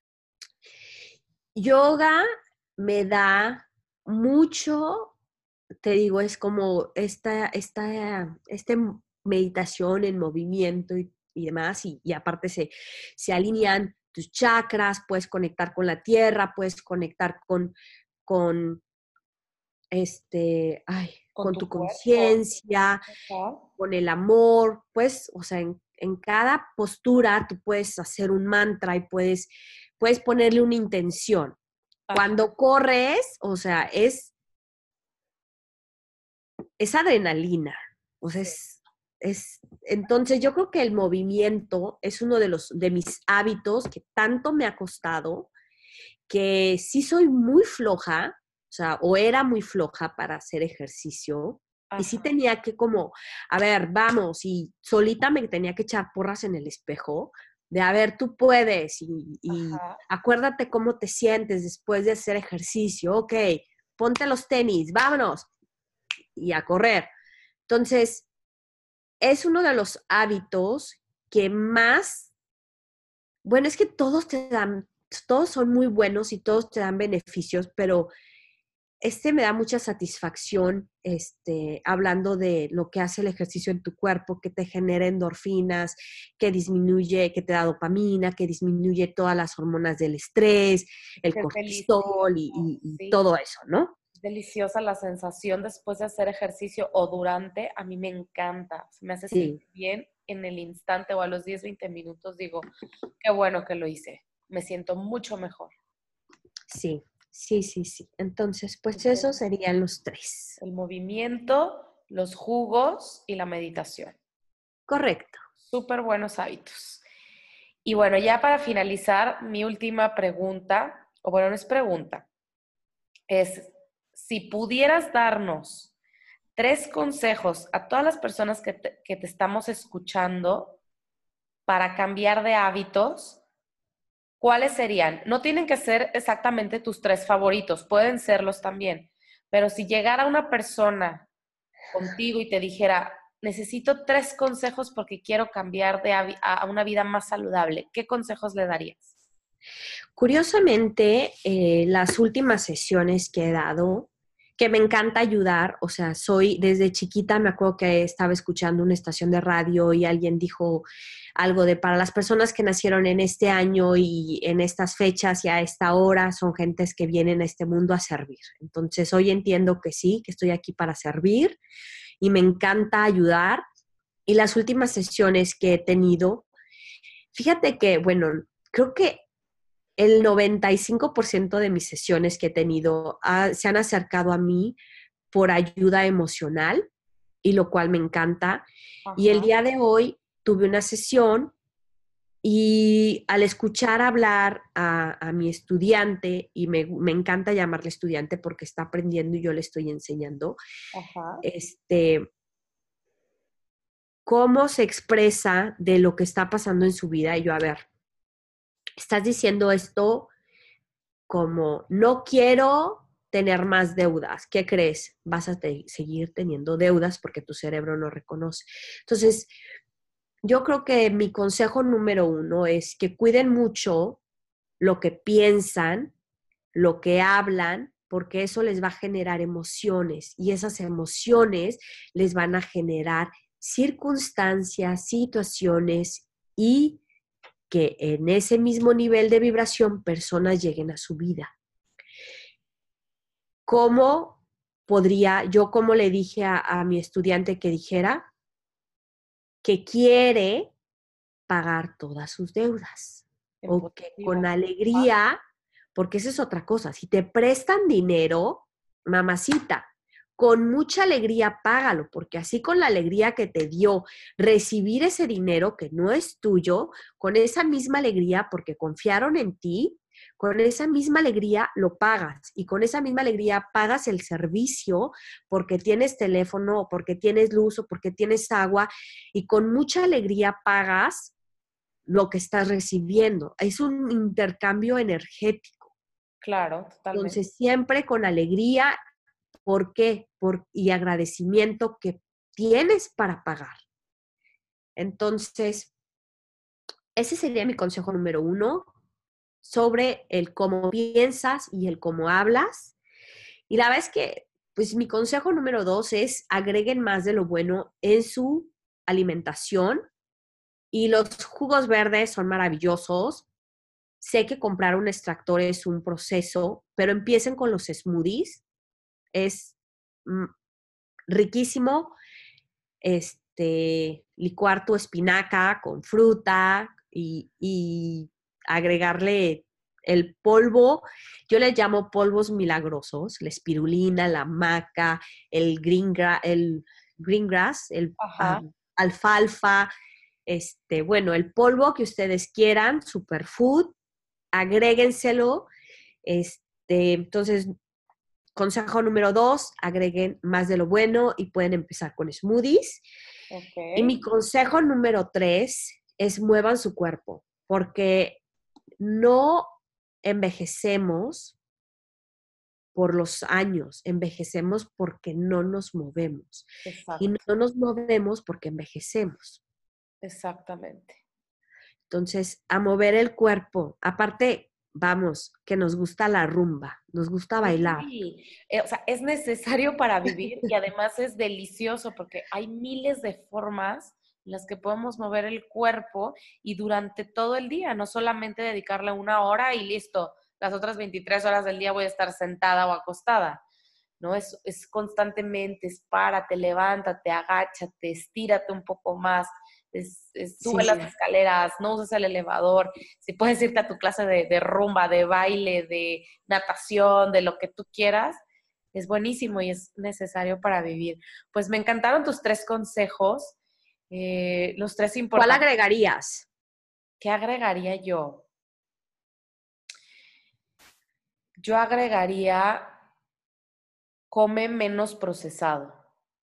[SPEAKER 3] Yoga me da mucho, te digo, es como esta, esta, esta meditación en movimiento y, y demás, y, y aparte se, se alinean tus chakras, puedes conectar con la tierra, puedes conectar con, con este, ay,
[SPEAKER 1] Con
[SPEAKER 3] con
[SPEAKER 1] tu
[SPEAKER 3] tu
[SPEAKER 1] cuerpo.
[SPEAKER 3] conciencia,
[SPEAKER 1] Ajá.
[SPEAKER 3] con el amor, pues, o sea, en, en cada postura tú puedes hacer un mantra y puedes, puedes ponerle una intención.
[SPEAKER 1] Ajá.
[SPEAKER 3] Cuando corres, o sea, es, es adrenalina, o sea,
[SPEAKER 1] Sí.
[SPEAKER 3] es, es, entonces yo creo que el movimiento es uno de los, de mis hábitos que tanto me ha costado, que sí soy muy floja, o sea, o era muy floja para hacer ejercicio, y sí
[SPEAKER 1] Ajá.
[SPEAKER 3] tenía que como, a ver, vamos, y solita me tenía que echar porras en el espejo, de, a ver, tú puedes, y, y
[SPEAKER 1] Ajá.
[SPEAKER 3] acuérdate cómo te sientes después de hacer ejercicio, ok, ponte los tenis, vámonos, y a correr. Entonces, es uno de los hábitos que más, bueno, es que todos te dan, todos son muy buenos y todos te dan beneficios, pero este me da mucha satisfacción, este, hablando de lo que hace el ejercicio en tu cuerpo, que te genera endorfinas, que disminuye, que te da dopamina, que disminuye todas las hormonas del estrés, el
[SPEAKER 1] Qué
[SPEAKER 3] cortisol y,
[SPEAKER 1] delicioso.
[SPEAKER 3] y, y
[SPEAKER 1] Sí.
[SPEAKER 3] todo eso, ¿no?
[SPEAKER 1] Deliciosa la sensación después de hacer ejercicio o durante. A mí me encanta. Me hace
[SPEAKER 3] Sí,
[SPEAKER 1] sentir bien en el instante o a los diez, veinte minutos. Digo, qué bueno que lo hice. Me siento mucho mejor.
[SPEAKER 3] sí, sí, sí, sí. Entonces, pues esos
[SPEAKER 1] Entonces,
[SPEAKER 3] serían los tres.
[SPEAKER 1] el movimiento, los jugos y la meditación.
[SPEAKER 3] Correcto.
[SPEAKER 1] Súper buenos hábitos. Y bueno, ya para finalizar, mi última pregunta, o bueno, no es pregunta, es si pudieras darnos tres consejos a todas las personas que te, que te estamos escuchando para cambiar de hábitos, ¿cuáles serían? No tienen que ser exactamente tus tres favoritos, pueden serlos también, pero si llegara una persona contigo y te dijera, necesito tres consejos porque quiero cambiar de a una vida más saludable, ¿qué consejos le darías?
[SPEAKER 3] Curiosamente, eh, las últimas sesiones que he dado, que me encanta ayudar, o sea, soy desde chiquita, me acuerdo que estaba escuchando una estación de radio y alguien dijo algo de para las personas que nacieron en este año y en estas fechas y a esta hora son gentes que vienen a este mundo a servir. Entonces, hoy entiendo que sí, que estoy aquí para servir y me encanta ayudar. y las últimas sesiones que he tenido, fíjate que, bueno, creo que el noventa y cinco por ciento de mis sesiones que he tenido ah, se han acercado a mí por ayuda emocional, y lo cual me encanta. Y el
[SPEAKER 1] Ajá.
[SPEAKER 3] día de hoy tuve una sesión y al escuchar hablar a, a mi estudiante, y me, me encanta llamarle estudiante porque está aprendiendo y yo le estoy enseñando,
[SPEAKER 1] Ajá.
[SPEAKER 3] este, cómo se expresa de lo que está pasando en su vida. Y yo, a ver, estás diciendo esto como, no quiero tener más deudas. ¿Qué crees? Vas a te seguir teniendo deudas porque tu cerebro no reconoce. Entonces, yo creo que mi consejo número uno es que cuiden mucho lo que piensan, lo que hablan, porque eso les va a generar emociones y esas emociones les van a generar circunstancias, situaciones, y que en ese mismo nivel de vibración personas lleguen a su vida. ¿Cómo podría, yo como le dije a, a mi estudiante que dijera que quiere pagar todas sus deudas
[SPEAKER 1] En
[SPEAKER 3] o que con
[SPEAKER 1] positivo.
[SPEAKER 3] alegría, porque esa es otra cosa, si te prestan dinero, mamacita, con mucha alegría págalo, porque así con la alegría que te dio recibir ese dinero que no es tuyo, con esa misma alegría, porque confiaron en ti, con esa misma alegría lo pagas, y con esa misma alegría pagas el servicio porque tienes teléfono, o porque tienes luz, o porque tienes agua, y con mucha alegría pagas lo que estás recibiendo. Es un intercambio energético.
[SPEAKER 1] Claro, totalmente.
[SPEAKER 3] Entonces, siempre con alegría. ¿Por qué? Por, y agradecimiento que tienes para pagar. Entonces, ese sería mi consejo número uno sobre el cómo piensas y el cómo hablas. Y la verdad es que, pues mi consejo número dos es agreguen más de lo bueno en su alimentación, y los jugos verdes son maravillosos. Sé que comprar un extractor es un proceso, pero empiecen con los smoothies. Es mm, riquísimo este, licuar tu espinaca con fruta y, y agregarle el polvo. Yo le llamo polvos milagrosos, la espirulina, la maca, el green, gra el green grass, el
[SPEAKER 1] Ajá.
[SPEAKER 3] um, alfalfa, este, bueno, el polvo que ustedes quieran, superfood, agréguenselo. Este, entonces, consejo número dos, agreguen más de lo bueno y pueden empezar con smoothies.
[SPEAKER 1] Ok.
[SPEAKER 3] Y mi consejo número tres es muevan su cuerpo, porque no envejecemos por los años, envejecemos porque no nos movemos. Y
[SPEAKER 1] Exacto.
[SPEAKER 3] no nos movemos porque envejecemos.
[SPEAKER 1] Exactamente.
[SPEAKER 3] Entonces, a mover el cuerpo. Aparte, vamos, que nos gusta la rumba, nos gusta bailar.
[SPEAKER 1] Sí, eh, o sea, es necesario para vivir y además es delicioso porque hay miles de formas en las que podemos mover el cuerpo y durante todo el día, no solamente dedicarle una hora y listo, las otras veintitrés horas del día voy a estar sentada o acostada, ¿no? Es, es constantemente, es párate, levántate, agáchate, estírate un poco más, es, es,
[SPEAKER 3] Sí,
[SPEAKER 1] sube las escaleras, no uses el elevador, si puedes irte a tu clase de, de rumba, de baile, de natación, de lo que tú quieras, es buenísimo y es necesario para vivir. Pues me encantaron tus tres consejos, eh, los tres
[SPEAKER 3] ¿cuál
[SPEAKER 1] importantes.
[SPEAKER 3] agregarías?
[SPEAKER 1] ¿Qué agregaría yo? Yo agregaría, come menos procesado.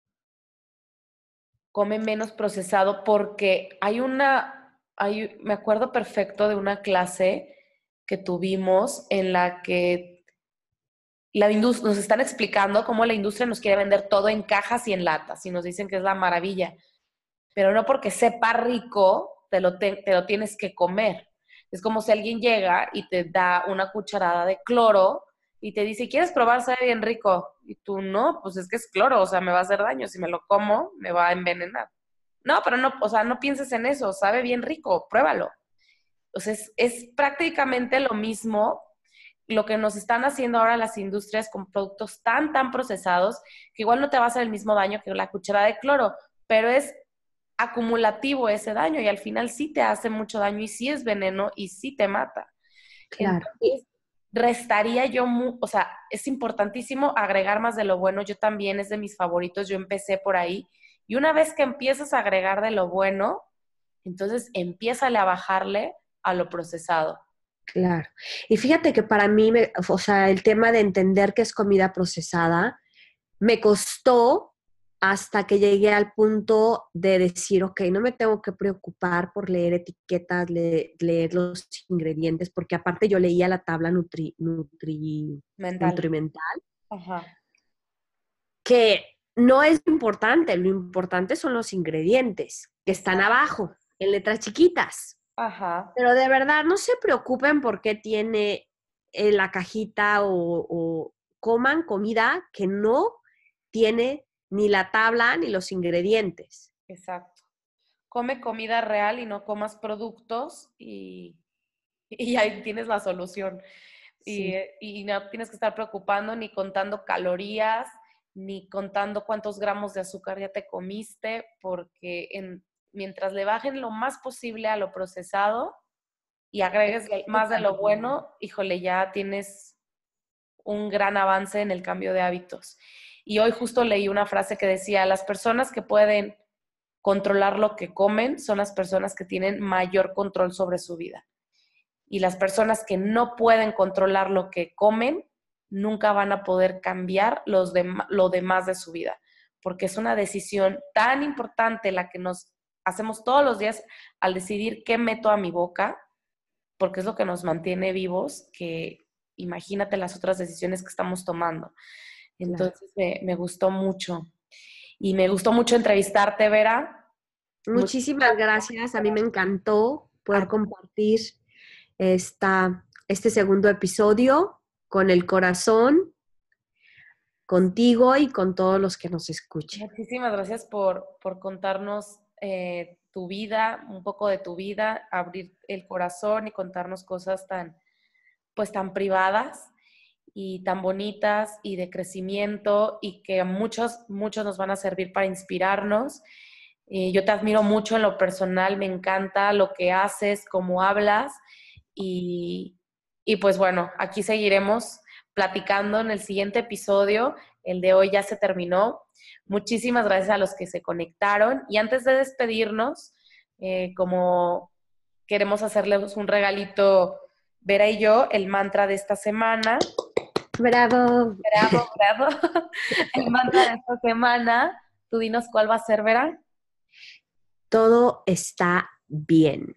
[SPEAKER 1] Come menos procesado porque hay una, hay, me acuerdo perfecto de una clase que tuvimos en la que la industria, nos están explicando cómo la industria nos quiere vender todo en cajas y en latas y nos dicen que es la maravilla, pero no porque sepa rico te lo, te, te lo tienes que comer. Es como si alguien llega y te da una cucharada de cloro y te dice, ¿quieres probar? Sabe bien rico. Y tú, no, pues es que es cloro, o sea, me va a hacer daño. Si me lo como, me va a envenenar. No, pero no, o sea, no pienses en eso, sabe bien rico, pruébalo. Entonces, es prácticamente lo mismo lo que nos están haciendo ahora las industrias con productos tan, tan procesados, que igual no te va a hacer el mismo daño que la cucharada de cloro, pero es acumulativo ese daño y al final sí te hace mucho daño y sí es veneno y sí te mata.
[SPEAKER 3] Claro.
[SPEAKER 1] Entonces, restaría yo, mu- o sea, es importantísimo agregar más de lo bueno. Yo también es de mis favoritos, yo empecé por ahí. Y una vez que empiezas a agregar de lo bueno, entonces empiézale a bajarle a lo procesado.
[SPEAKER 3] Claro. Y fíjate que para mí, me- o sea, el tema de entender que es comida procesada, me costó hasta que llegué al punto de decir, ok, no me tengo que preocupar por leer etiquetas, le- leer los ingredientes, porque aparte yo leía la tabla nutri, nutri,
[SPEAKER 1] Mental.
[SPEAKER 3] nutrimental,
[SPEAKER 1] Ajá.
[SPEAKER 3] que no es importante, lo importante son los ingredientes, que están
[SPEAKER 1] Exacto.
[SPEAKER 3] abajo, en letras chiquitas.
[SPEAKER 1] Ajá.
[SPEAKER 3] Pero de verdad, no se preocupen por qué tiene en la cajita o, o coman comida que no tiene ni la tabla ni los ingredientes.
[SPEAKER 1] Exacto. Come comida real y no comas productos y, y ahí tienes la solución. Y,
[SPEAKER 3] Sí,
[SPEAKER 1] y no tienes que estar preocupando ni contando calorías, ni contando cuántos gramos de azúcar ya te comiste, porque en, mientras le bajen lo más posible a lo procesado y agregues más de lo bueno, híjole, ya tienes un gran avance en el cambio de hábitos. Y hoy justo leí una frase que decía, las personas que pueden controlar lo que comen son las personas que tienen mayor control sobre su vida. Y las personas que no pueden controlar lo que comen nunca van a poder cambiar los de, lo demás de su vida, porque es una decisión tan importante la que nos hacemos todos los días al decidir qué meto a mi boca, porque es lo que nos mantiene vivos, que imagínate las otras decisiones que estamos tomando.
[SPEAKER 3] claro.
[SPEAKER 1] Entonces me, me gustó mucho. Y me gustó mucho entrevistarte, Vera.
[SPEAKER 3] Muchísimas gracias. A mí me encantó poder compartir esta, este segundo episodio con el corazón, contigo y con todos los que nos escuchen.
[SPEAKER 1] Muchísimas gracias por, por contarnos eh, tu vida, un poco de tu vida, abrir el corazón y contarnos cosas tan, pues, tan privadas y tan bonitas y de crecimiento y que a muchos, muchos nos van a servir para inspirarnos. Eh, yo te admiro mucho en lo personal, me encanta lo que haces, cómo hablas y, y pues bueno, aquí seguiremos platicando en el siguiente episodio. El de hoy ya se terminó. Muchísimas gracias a los que se conectaron. Y antes de despedirnos, eh, como queremos hacerles un regalito, Vera y yo, el mantra de esta semana.
[SPEAKER 3] Bravo.
[SPEAKER 1] Bravo, bravo. El mantra de esta semana. Tú dinos cuál va a ser, Vera.
[SPEAKER 3] Todo está bien.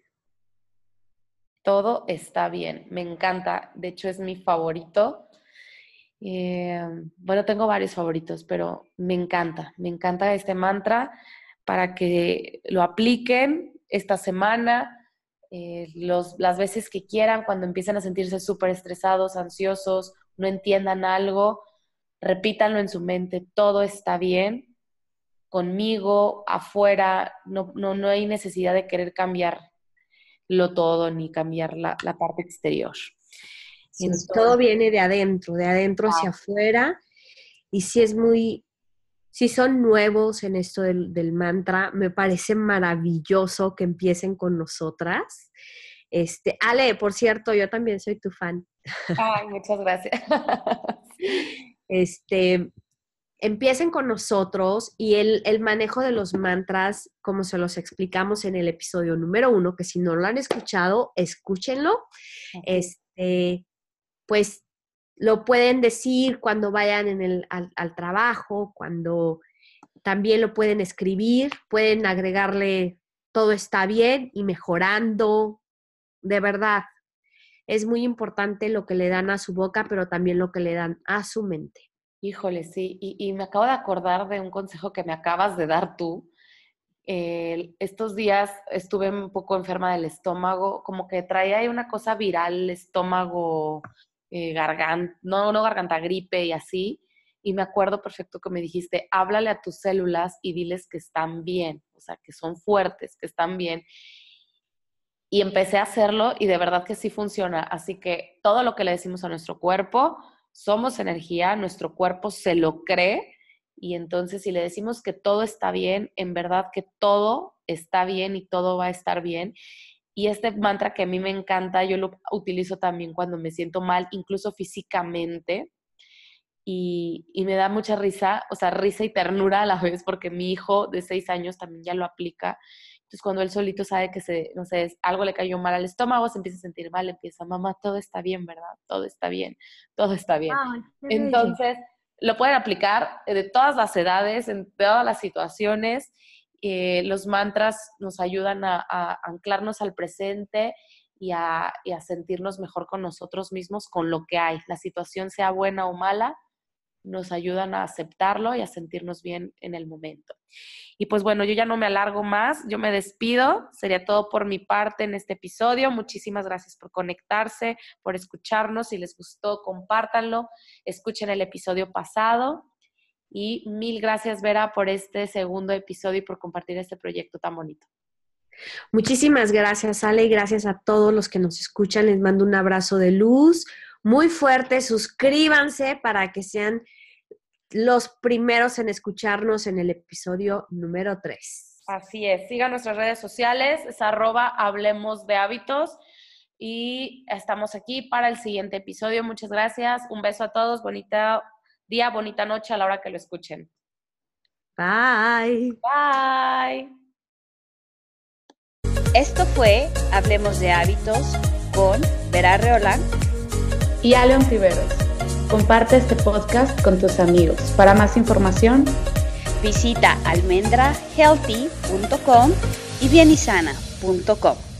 [SPEAKER 1] Todo está bien. Me encanta. De hecho, es mi favorito. Eh, bueno, tengo varios favoritos, pero me encanta. Me encanta este mantra para que lo apliquen esta semana, eh, los, las veces que quieran, cuando empiecen a sentirse súper estresados, ansiosos, no entiendan algo, repítanlo en su mente. Todo está bien. Conmigo, afuera, no, no, no hay necesidad de querer cambiarlo todo ni cambiar la, la parte exterior.
[SPEAKER 3] Sí, todo
[SPEAKER 1] Entonces,
[SPEAKER 3] viene de adentro, de adentro hacia afuera. Y si es muy, si son nuevos en esto del, del mantra, me parece maravilloso que empiecen con nosotras. Este, Ale, por cierto, yo también soy tu fan.
[SPEAKER 1] ay, muchas gracias.
[SPEAKER 3] Este, empiecen con nosotros y el, el manejo de los mantras, como se los explicamos en el episodio número uno, que si no lo han escuchado, escúchenlo. Este, pues lo pueden decir cuando vayan en el, al, al trabajo, cuando también lo pueden escribir, pueden agregarle todo está bien y mejorando. De verdad, es muy importante lo que le dan a su boca, pero también lo que le dan a su mente.
[SPEAKER 1] Híjole, sí, y, y me acabo de acordar de un consejo que me acabas de dar tú. Eh, estos días estuve un poco enferma del estómago, como que traía ahí una cosa viral, estómago, eh, garganta, no, no garganta, gripe y así. Y me acuerdo perfecto que me dijiste, háblale a tus células y diles que están bien, o sea, que son fuertes, que están bien. Y empecé a hacerlo y de verdad que sí funciona. Así que todo lo que le decimos a nuestro cuerpo, somos energía, nuestro cuerpo se lo cree y entonces si le decimos que todo está bien, en verdad que todo está bien y todo va a estar bien. Y este mantra que a mí me encanta, yo lo utilizo también cuando me siento mal, incluso físicamente. Y, y me da mucha risa, o sea, risa y ternura a la vez, porque mi hijo de seis años también ya lo aplica. Entonces, cuando él solito sabe que se, no sé, algo le cayó mal al estómago, se empieza a sentir mal, empieza, mamá, todo está bien, ¿verdad? Todo está bien, todo está bien.
[SPEAKER 3] Ay,
[SPEAKER 1] Entonces, lo pueden aplicar de todas las edades, en todas las situaciones. Eh, los mantras nos ayudan a, a anclarnos al presente y a, y a sentirnos mejor con nosotros mismos, con lo que hay. La situación sea buena o mala, nos ayudan a aceptarlo y a sentirnos bien en el momento. Y pues bueno, yo ya no me alargo más, yo me despido, sería todo por mi parte en este episodio. Muchísimas gracias por conectarse, por escucharnos. Si les gustó, compártanlo, escuchen el episodio pasado. Y mil gracias, Vera, por este segundo episodio y por compartir este proyecto tan bonito.
[SPEAKER 3] Muchísimas gracias, Ale, y gracias a todos los que nos escuchan. Les mando un abrazo de luz muy fuerte. Suscríbanse para que sean los primeros en escucharnos en el episodio número tres.
[SPEAKER 1] Así es. Sigan nuestras redes sociales, es arroba hablemos de hábitos. Y estamos aquí para el siguiente episodio. Muchas gracias. Un beso a todos. Bonita día, bonita noche a la hora que lo escuchen.
[SPEAKER 3] Bye.
[SPEAKER 1] Bye.
[SPEAKER 2] Esto fue Hablemos de Hábitos con Vera Reolán
[SPEAKER 4] y Ale Ontiveros. Comparte este podcast con tus amigos. Para más información,
[SPEAKER 2] visita almendra healthy punto com y bienisana punto com.